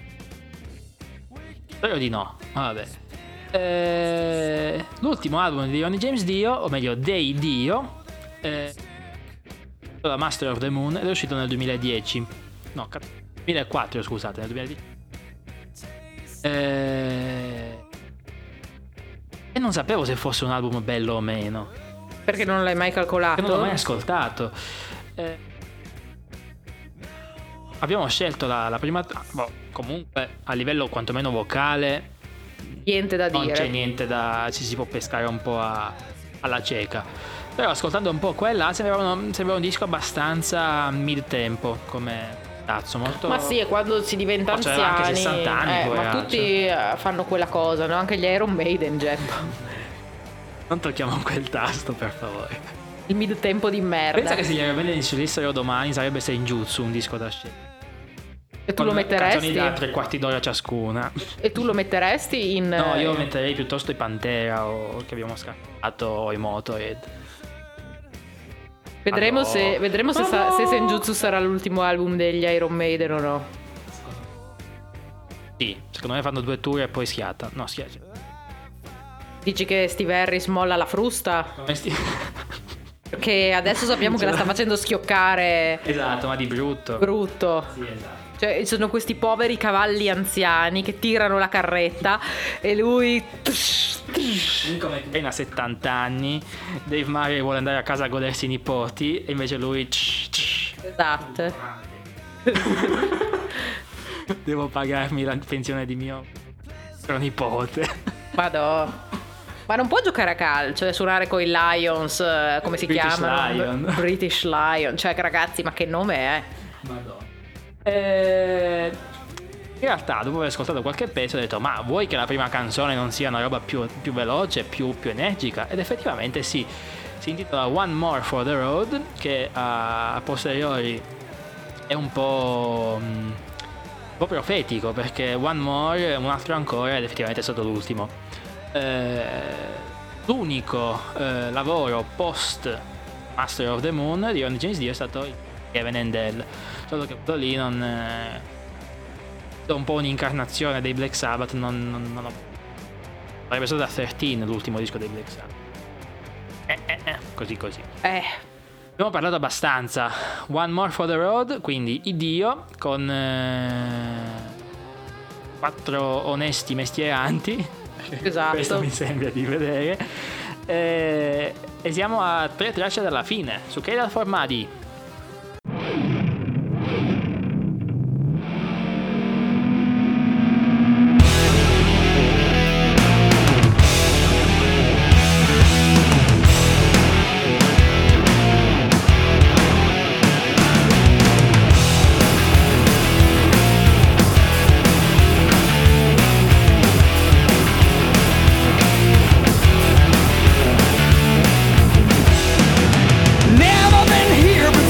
Spero di no, ma vabbè. Eh, l'ultimo album di Ronnie James Dio, o meglio dei Dio, eh, la Master of the Moon, ed è uscito nel duemiladieci. No, cazzo, duemilaquattro scusate, nel duemiladieci. Eh, e non sapevo se fosse un album bello o meno, Perché non l'hai mai calcolato? che non l'ho mai ascoltato. Eh, abbiamo scelto la, la prima. Boh, comunque, a livello quantomeno vocale, Niente da non dire. c'è niente da. Ci si può pescare un po' a- alla cieca. Però, ascoltando un po' quella, sembrava, un- sembrava un disco abbastanza mid tempo come cazzo, molto. Ma sì, è quando si diventa Oh, c'aveva anziani. anche sessanta anni, eh, ma poveraccio. tutti eh, fanno quella cosa, no? Anche gli Iron Maiden, Geppo. Non tocchiamo quel tasto, per favore. Il mid tempo di merda. Pensa che se gli Iron Maiden inserissero domani sarebbe Senjutsu, un disco da scegliere. E tu Con lo metteresti? canzoni da tre quarti d'ora ciascuna. E tu lo metteresti in. No, io eh, metterei piuttosto i Pantera o che abbiamo scartato o i Motorhead. Vedremo Ma no. se, vedremo se, Ma sa- no. se Senjutsu sarà l'ultimo album degli Iron Maiden o no. Sì, secondo me fanno due tour e poi schiatta. No, schiaccia. Dici che Steve Harris molla la frusta? Come sti- Che adesso sappiamo che la sta facendo schioccare Esatto, ma di brutto. brutto. Sì, esatto. Cioè, ci sono questi poveri cavalli anziani che tirano la carretta e lui. Come Kane ha settanta anni, Dave Murray vuole andare a casa a godersi i nipoti e invece lui... Esatto. Devo pagarmi la pensione di mio nipote. Madò. Ma non può giocare a calcio e suonare con i Lions, eh, come si British chiamano? Lion. British Lion. Cioè, ragazzi, ma che nome è? Madonna. Eh, in realtà, dopo aver ascoltato qualche pezzo, ho detto: ma vuoi che la prima canzone non sia una roba più, più veloce, più, più energica? Ed effettivamente sì. Si intitola One More for the Road, che a, a posteriori è un po', mh, un po' profetico, perché One More, un altro ancora, ed effettivamente è stato l'ultimo. Eh, l'unico eh, lavoro post Master of the Moon di Ronnie James Dio è stato Heaven and Hell, solo che quello lì non eh, è un po' un'incarnazione dei Black Sabbath. non, non, non ho... sarebbe stato da tredici l'ultimo disco dei Black Sabbath. eh, eh, eh, così così Eh. abbiamo parlato abbastanza. One More for the Road, quindi i Dio con eh, quattro onesti mestieranti. Esatto. Questo mi sembra di vedere. Eh, e siamo a tre tracce dalla fine. Su che dal formati? Never been here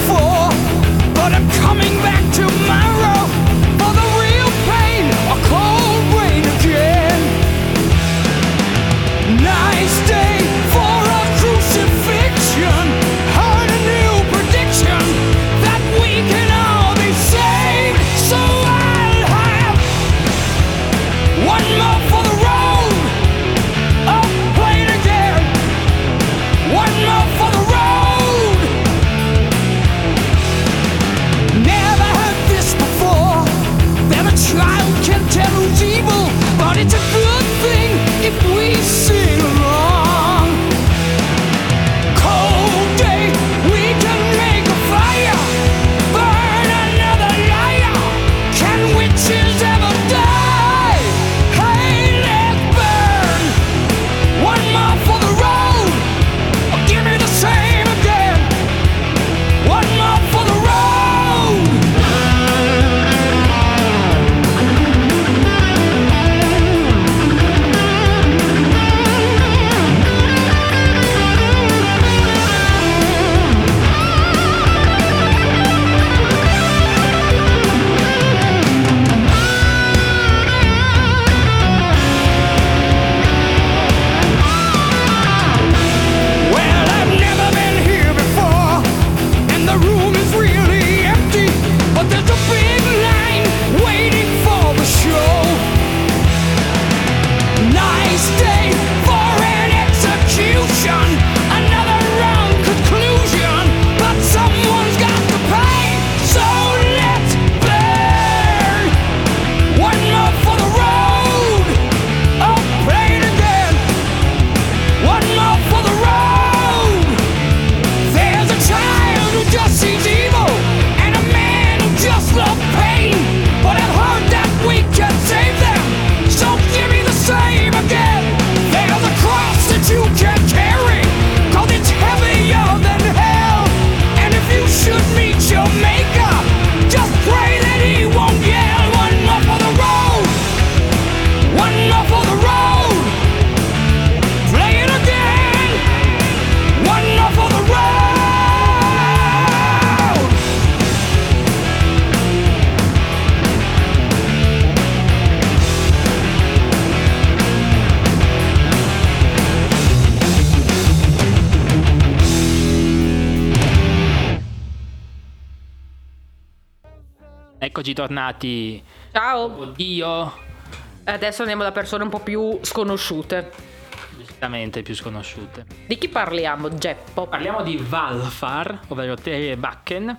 Eccoci tornati. Ciao. Oddio. Adesso andiamo da persone un po' più sconosciute. Decisamente più sconosciute. Di chi parliamo, Geppo? Parliamo di Valfar, ovvero Terje Bakken.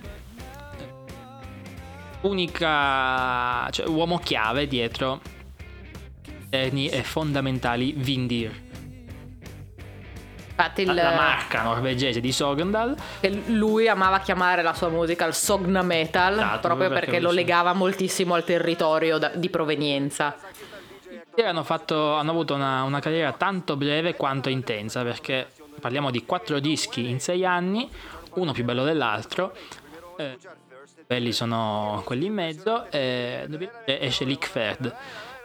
Unica, cioè uomo chiave dietro esterni e fondamentali Vindir. Infatti il, la marca norvegese di Sogndal, che lui amava chiamare la sua musica il Sogna Metal, esatto, proprio perché, perché lo lui legava moltissimo al territorio da, di provenienza. Hanno, fatto, hanno avuto una, una carriera tanto breve quanto intensa, perché parliamo di quattro dischi in sei anni, uno più bello dell'altro. Eh, belli sono quelli in mezzo, e esce Likferd,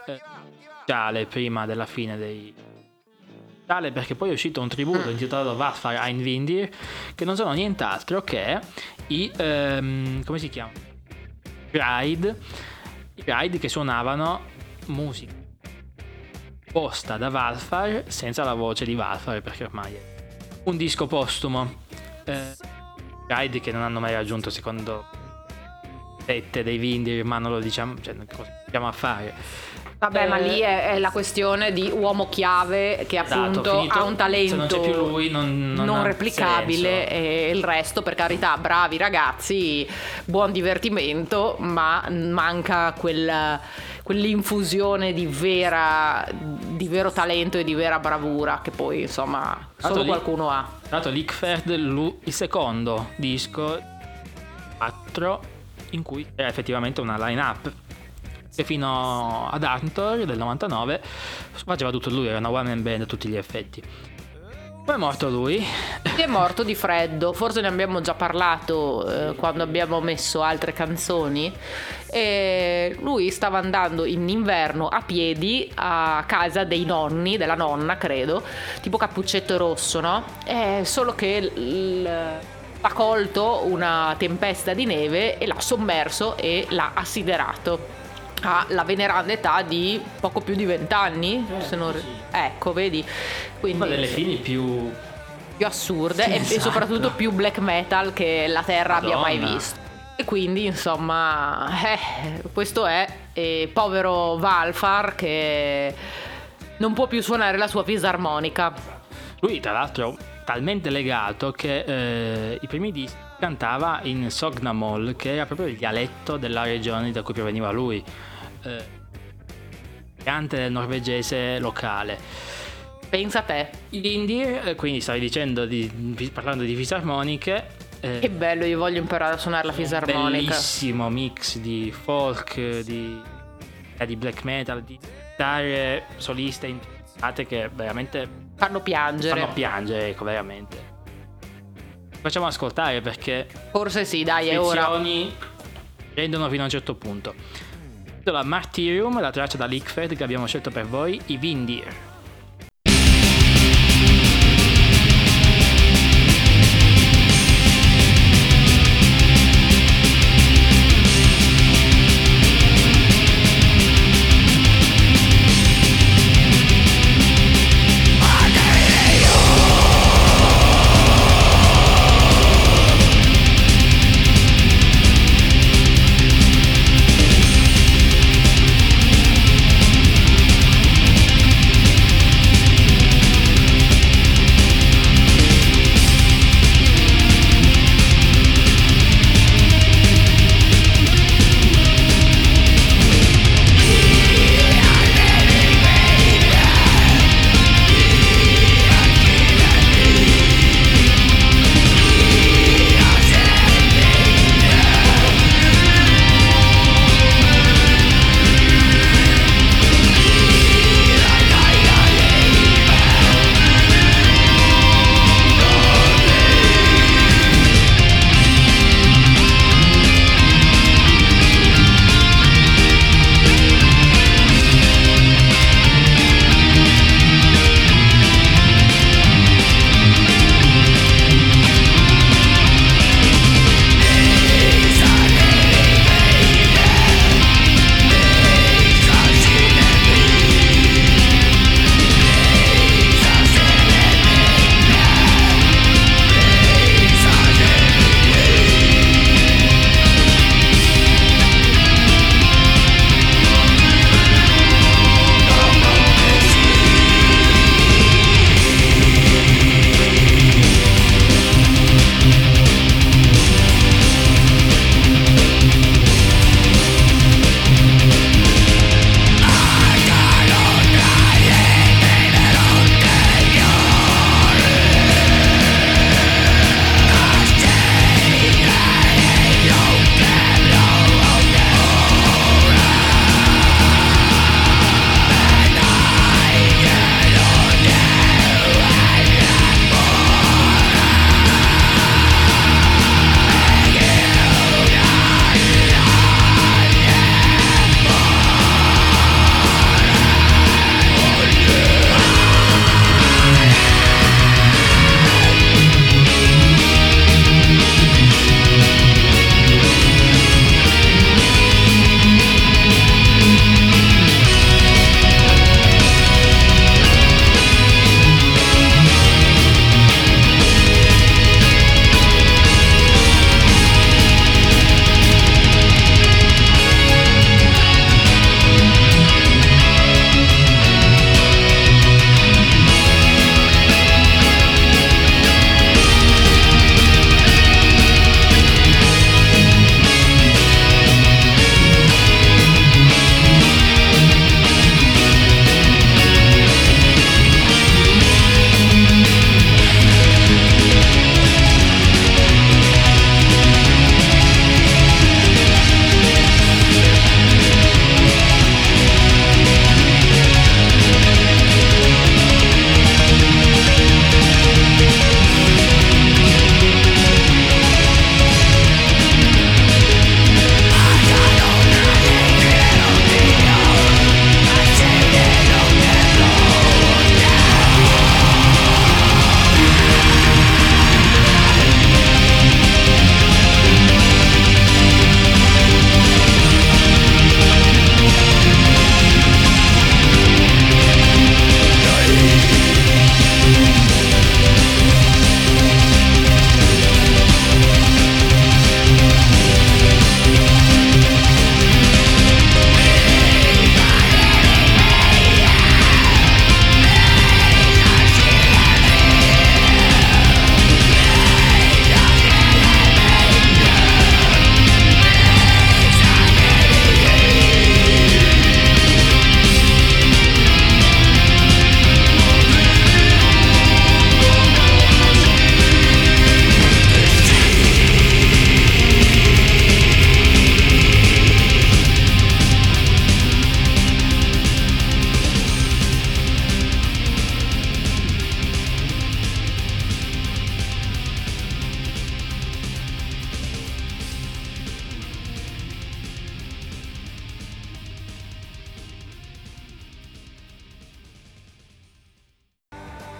eh, prima della fine dei tale, perché poi è uscito un tributo intitolato Valfar Ein Vindir, che non sono nient'altro che i ehm, come si chiama? Ride i Ride che suonavano musica posta da Valfar senza la voce di Valfar, perché ormai è un disco postumo. eh, Ride che non hanno mai raggiunto secondo sette dei Vindir, ma non lo diciamo, cioè cosa stiamo a fare. Vabbè, eh, ma lì è, è la questione di uomo chiave che appunto esatto, finito, ha un talento se non c'è più lui, non, non, non replicabile, senso. E il resto, per carità, bravi ragazzi, buon divertimento, ma manca quel, quell'infusione di vera di vero talento e di vera bravura che poi insomma solo lì, qualcuno ha. Tra l'altro Likferd, il secondo disco quattro in cui era effettivamente una line-up, che fino ad Arthur del novantanove faceva tutto lui, era una one man band a tutti gli effetti. Poi è morto lui. È morto di freddo, forse ne abbiamo già parlato eh, quando abbiamo messo altre canzoni. E lui stava andando in inverno a piedi a casa dei nonni, della nonna credo, tipo Cappuccetto Rosso, no? Eh, solo che l- l'ha colto una tempesta di neve e l'ha sommerso e l'ha assiderato. Ha la veneranda età di poco più di vent'anni, eh, se non... sì. Ecco, vedi, quindi una delle fini più più assurde, sì, e, esatto. e soprattutto più black metal che la terra Madonna. abbia mai visto. E quindi insomma eh, questo è eh, povero Valfar che non può più suonare la sua fisarmonica. Lui tra l'altro talmente legato che eh, i primi dischi cantava in Sognamål, che era proprio il dialetto della regione da cui proveniva lui, eh, cante del norvegese locale. Pensa a te. I Vindir, quindi stavi dicendo di, parlando di fisarmoniche, eh, che bello, io voglio imparare a suonare la fisarmonica. Bellissimo mix di folk, di, eh, di black metal, di chitarre soliste intricate che veramente fanno piangere. Fanno piangere, ecco, veramente. Facciamo ascoltare, perché forse sì, dai, è ora. Le lezioni rendono fino a un certo punto. La Martyrium, la traccia da Likferd che abbiamo scelto per voi, i Vindir.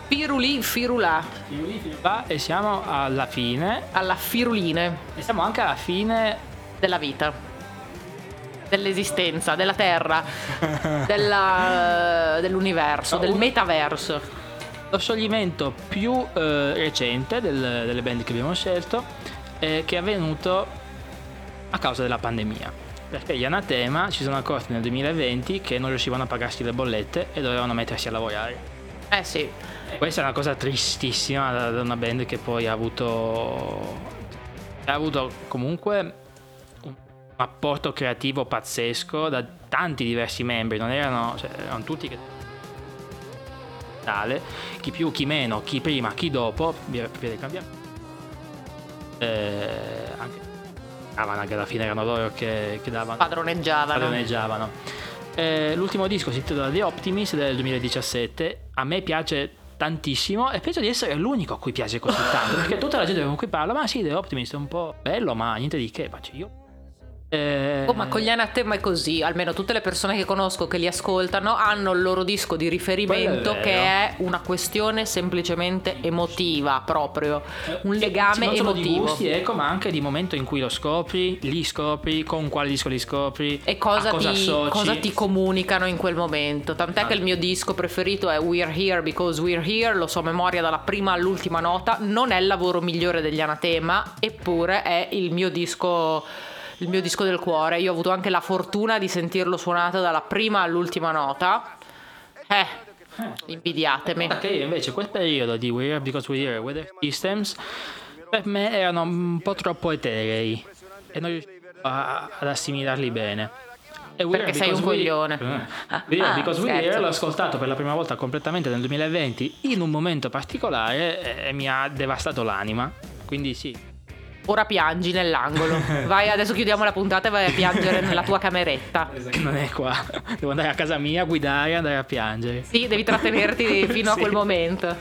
Firuli Firulà. Firuli Firulà, e siamo alla fine. Alla Firuline. E siamo anche alla fine della vita, dell'esistenza, della Terra, della, dell'universo, No, del un- metaverso. lo scioglimento più eh, recente del- delle band che abbiamo scelto, eh, che è avvenuto a causa della pandemia, perché gli Anatema ci sono accorti nel duemilaventi che non riuscivano a pagarsi le bollette e dovevano mettersi a lavorare. Eh sì, E questa è una cosa tristissima da, da una band che poi ha avuto ha avuto comunque un apporto creativo pazzesco da tanti diversi membri, non erano, cioè, erano tutti che tale, chi più, chi meno, chi prima, chi dopo, via via dei cambiamenti. Eh, anche davano, anche alla fine erano loro che, che davano, padroneggiavano. padroneggiavano. Eh, l'ultimo disco si intitola The Optimist del duemiladiciassette. A me piace tantissimo e penso di essere l'unico a cui piace così tanto, perché tutta la gente con cui parlo, ma sì, The Optimist è un po' bello, ma niente di che, faccio io. Eh, Oh, ma con gli Anatema è così, almeno tutte le persone che conosco che li ascoltano hanno il loro disco di riferimento, Quello è che vero. è una questione semplicemente emotiva, proprio un Sì, legame non solo di emotivo. gusti, ecco, ma anche di momento in cui lo scopri, li scopri, con quale disco li scopri, E cosa, a cosa ti, associ. cosa ti comunicano in quel momento. Tant'è Ah. che il mio disco preferito è We're Here Because We're Here, lo so a memoria dalla prima all'ultima nota. Non è il lavoro migliore degli Anatema, eppure è il mio disco, il mio disco del cuore. Io ho avuto anche la fortuna di sentirlo suonato dalla prima all'ultima nota. Eh, invidiatemi. Perché io invece quel periodo di We're Here Because We're Here, Weather Systems, per me erano un po' troppo eterei e non riuscivo a- ad assimilarli bene. E We're Perché Here sei un Because We- coglione. Eh. We're Here Ah, Because We're scherzo. Here l'ho ascoltato per la prima volta completamente nel duemilaventi in un momento particolare e mi ha devastato l'anima. Quindi sì. Ora piangi nell'angolo. Vai, adesso chiudiamo la puntata e vai a piangere nella tua cameretta. Che non è qua, devo andare a casa mia, guidare e andare a piangere. Sì, devi trattenerti fino a Sì. quel momento.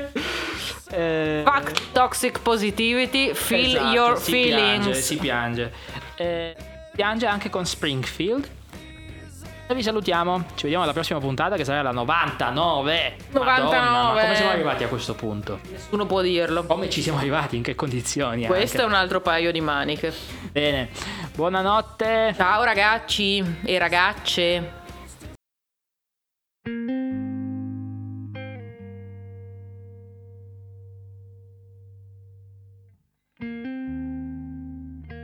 Eh, Fuck toxic positivity, feel esatto, your si feelings. piange, si piange. Eh, piange anche con Springfield. E vi salutiamo, ci vediamo alla prossima puntata che sarà la novantanove. novantanove. Madonna, ma come siamo arrivati a questo punto? Nessuno può dirlo. Come ci siamo arrivati? In che condizioni? Questo è anche? un altro paio di maniche. Bene, buonanotte. Ciao ragazzi e ragazze.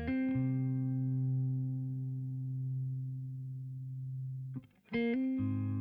Thank you.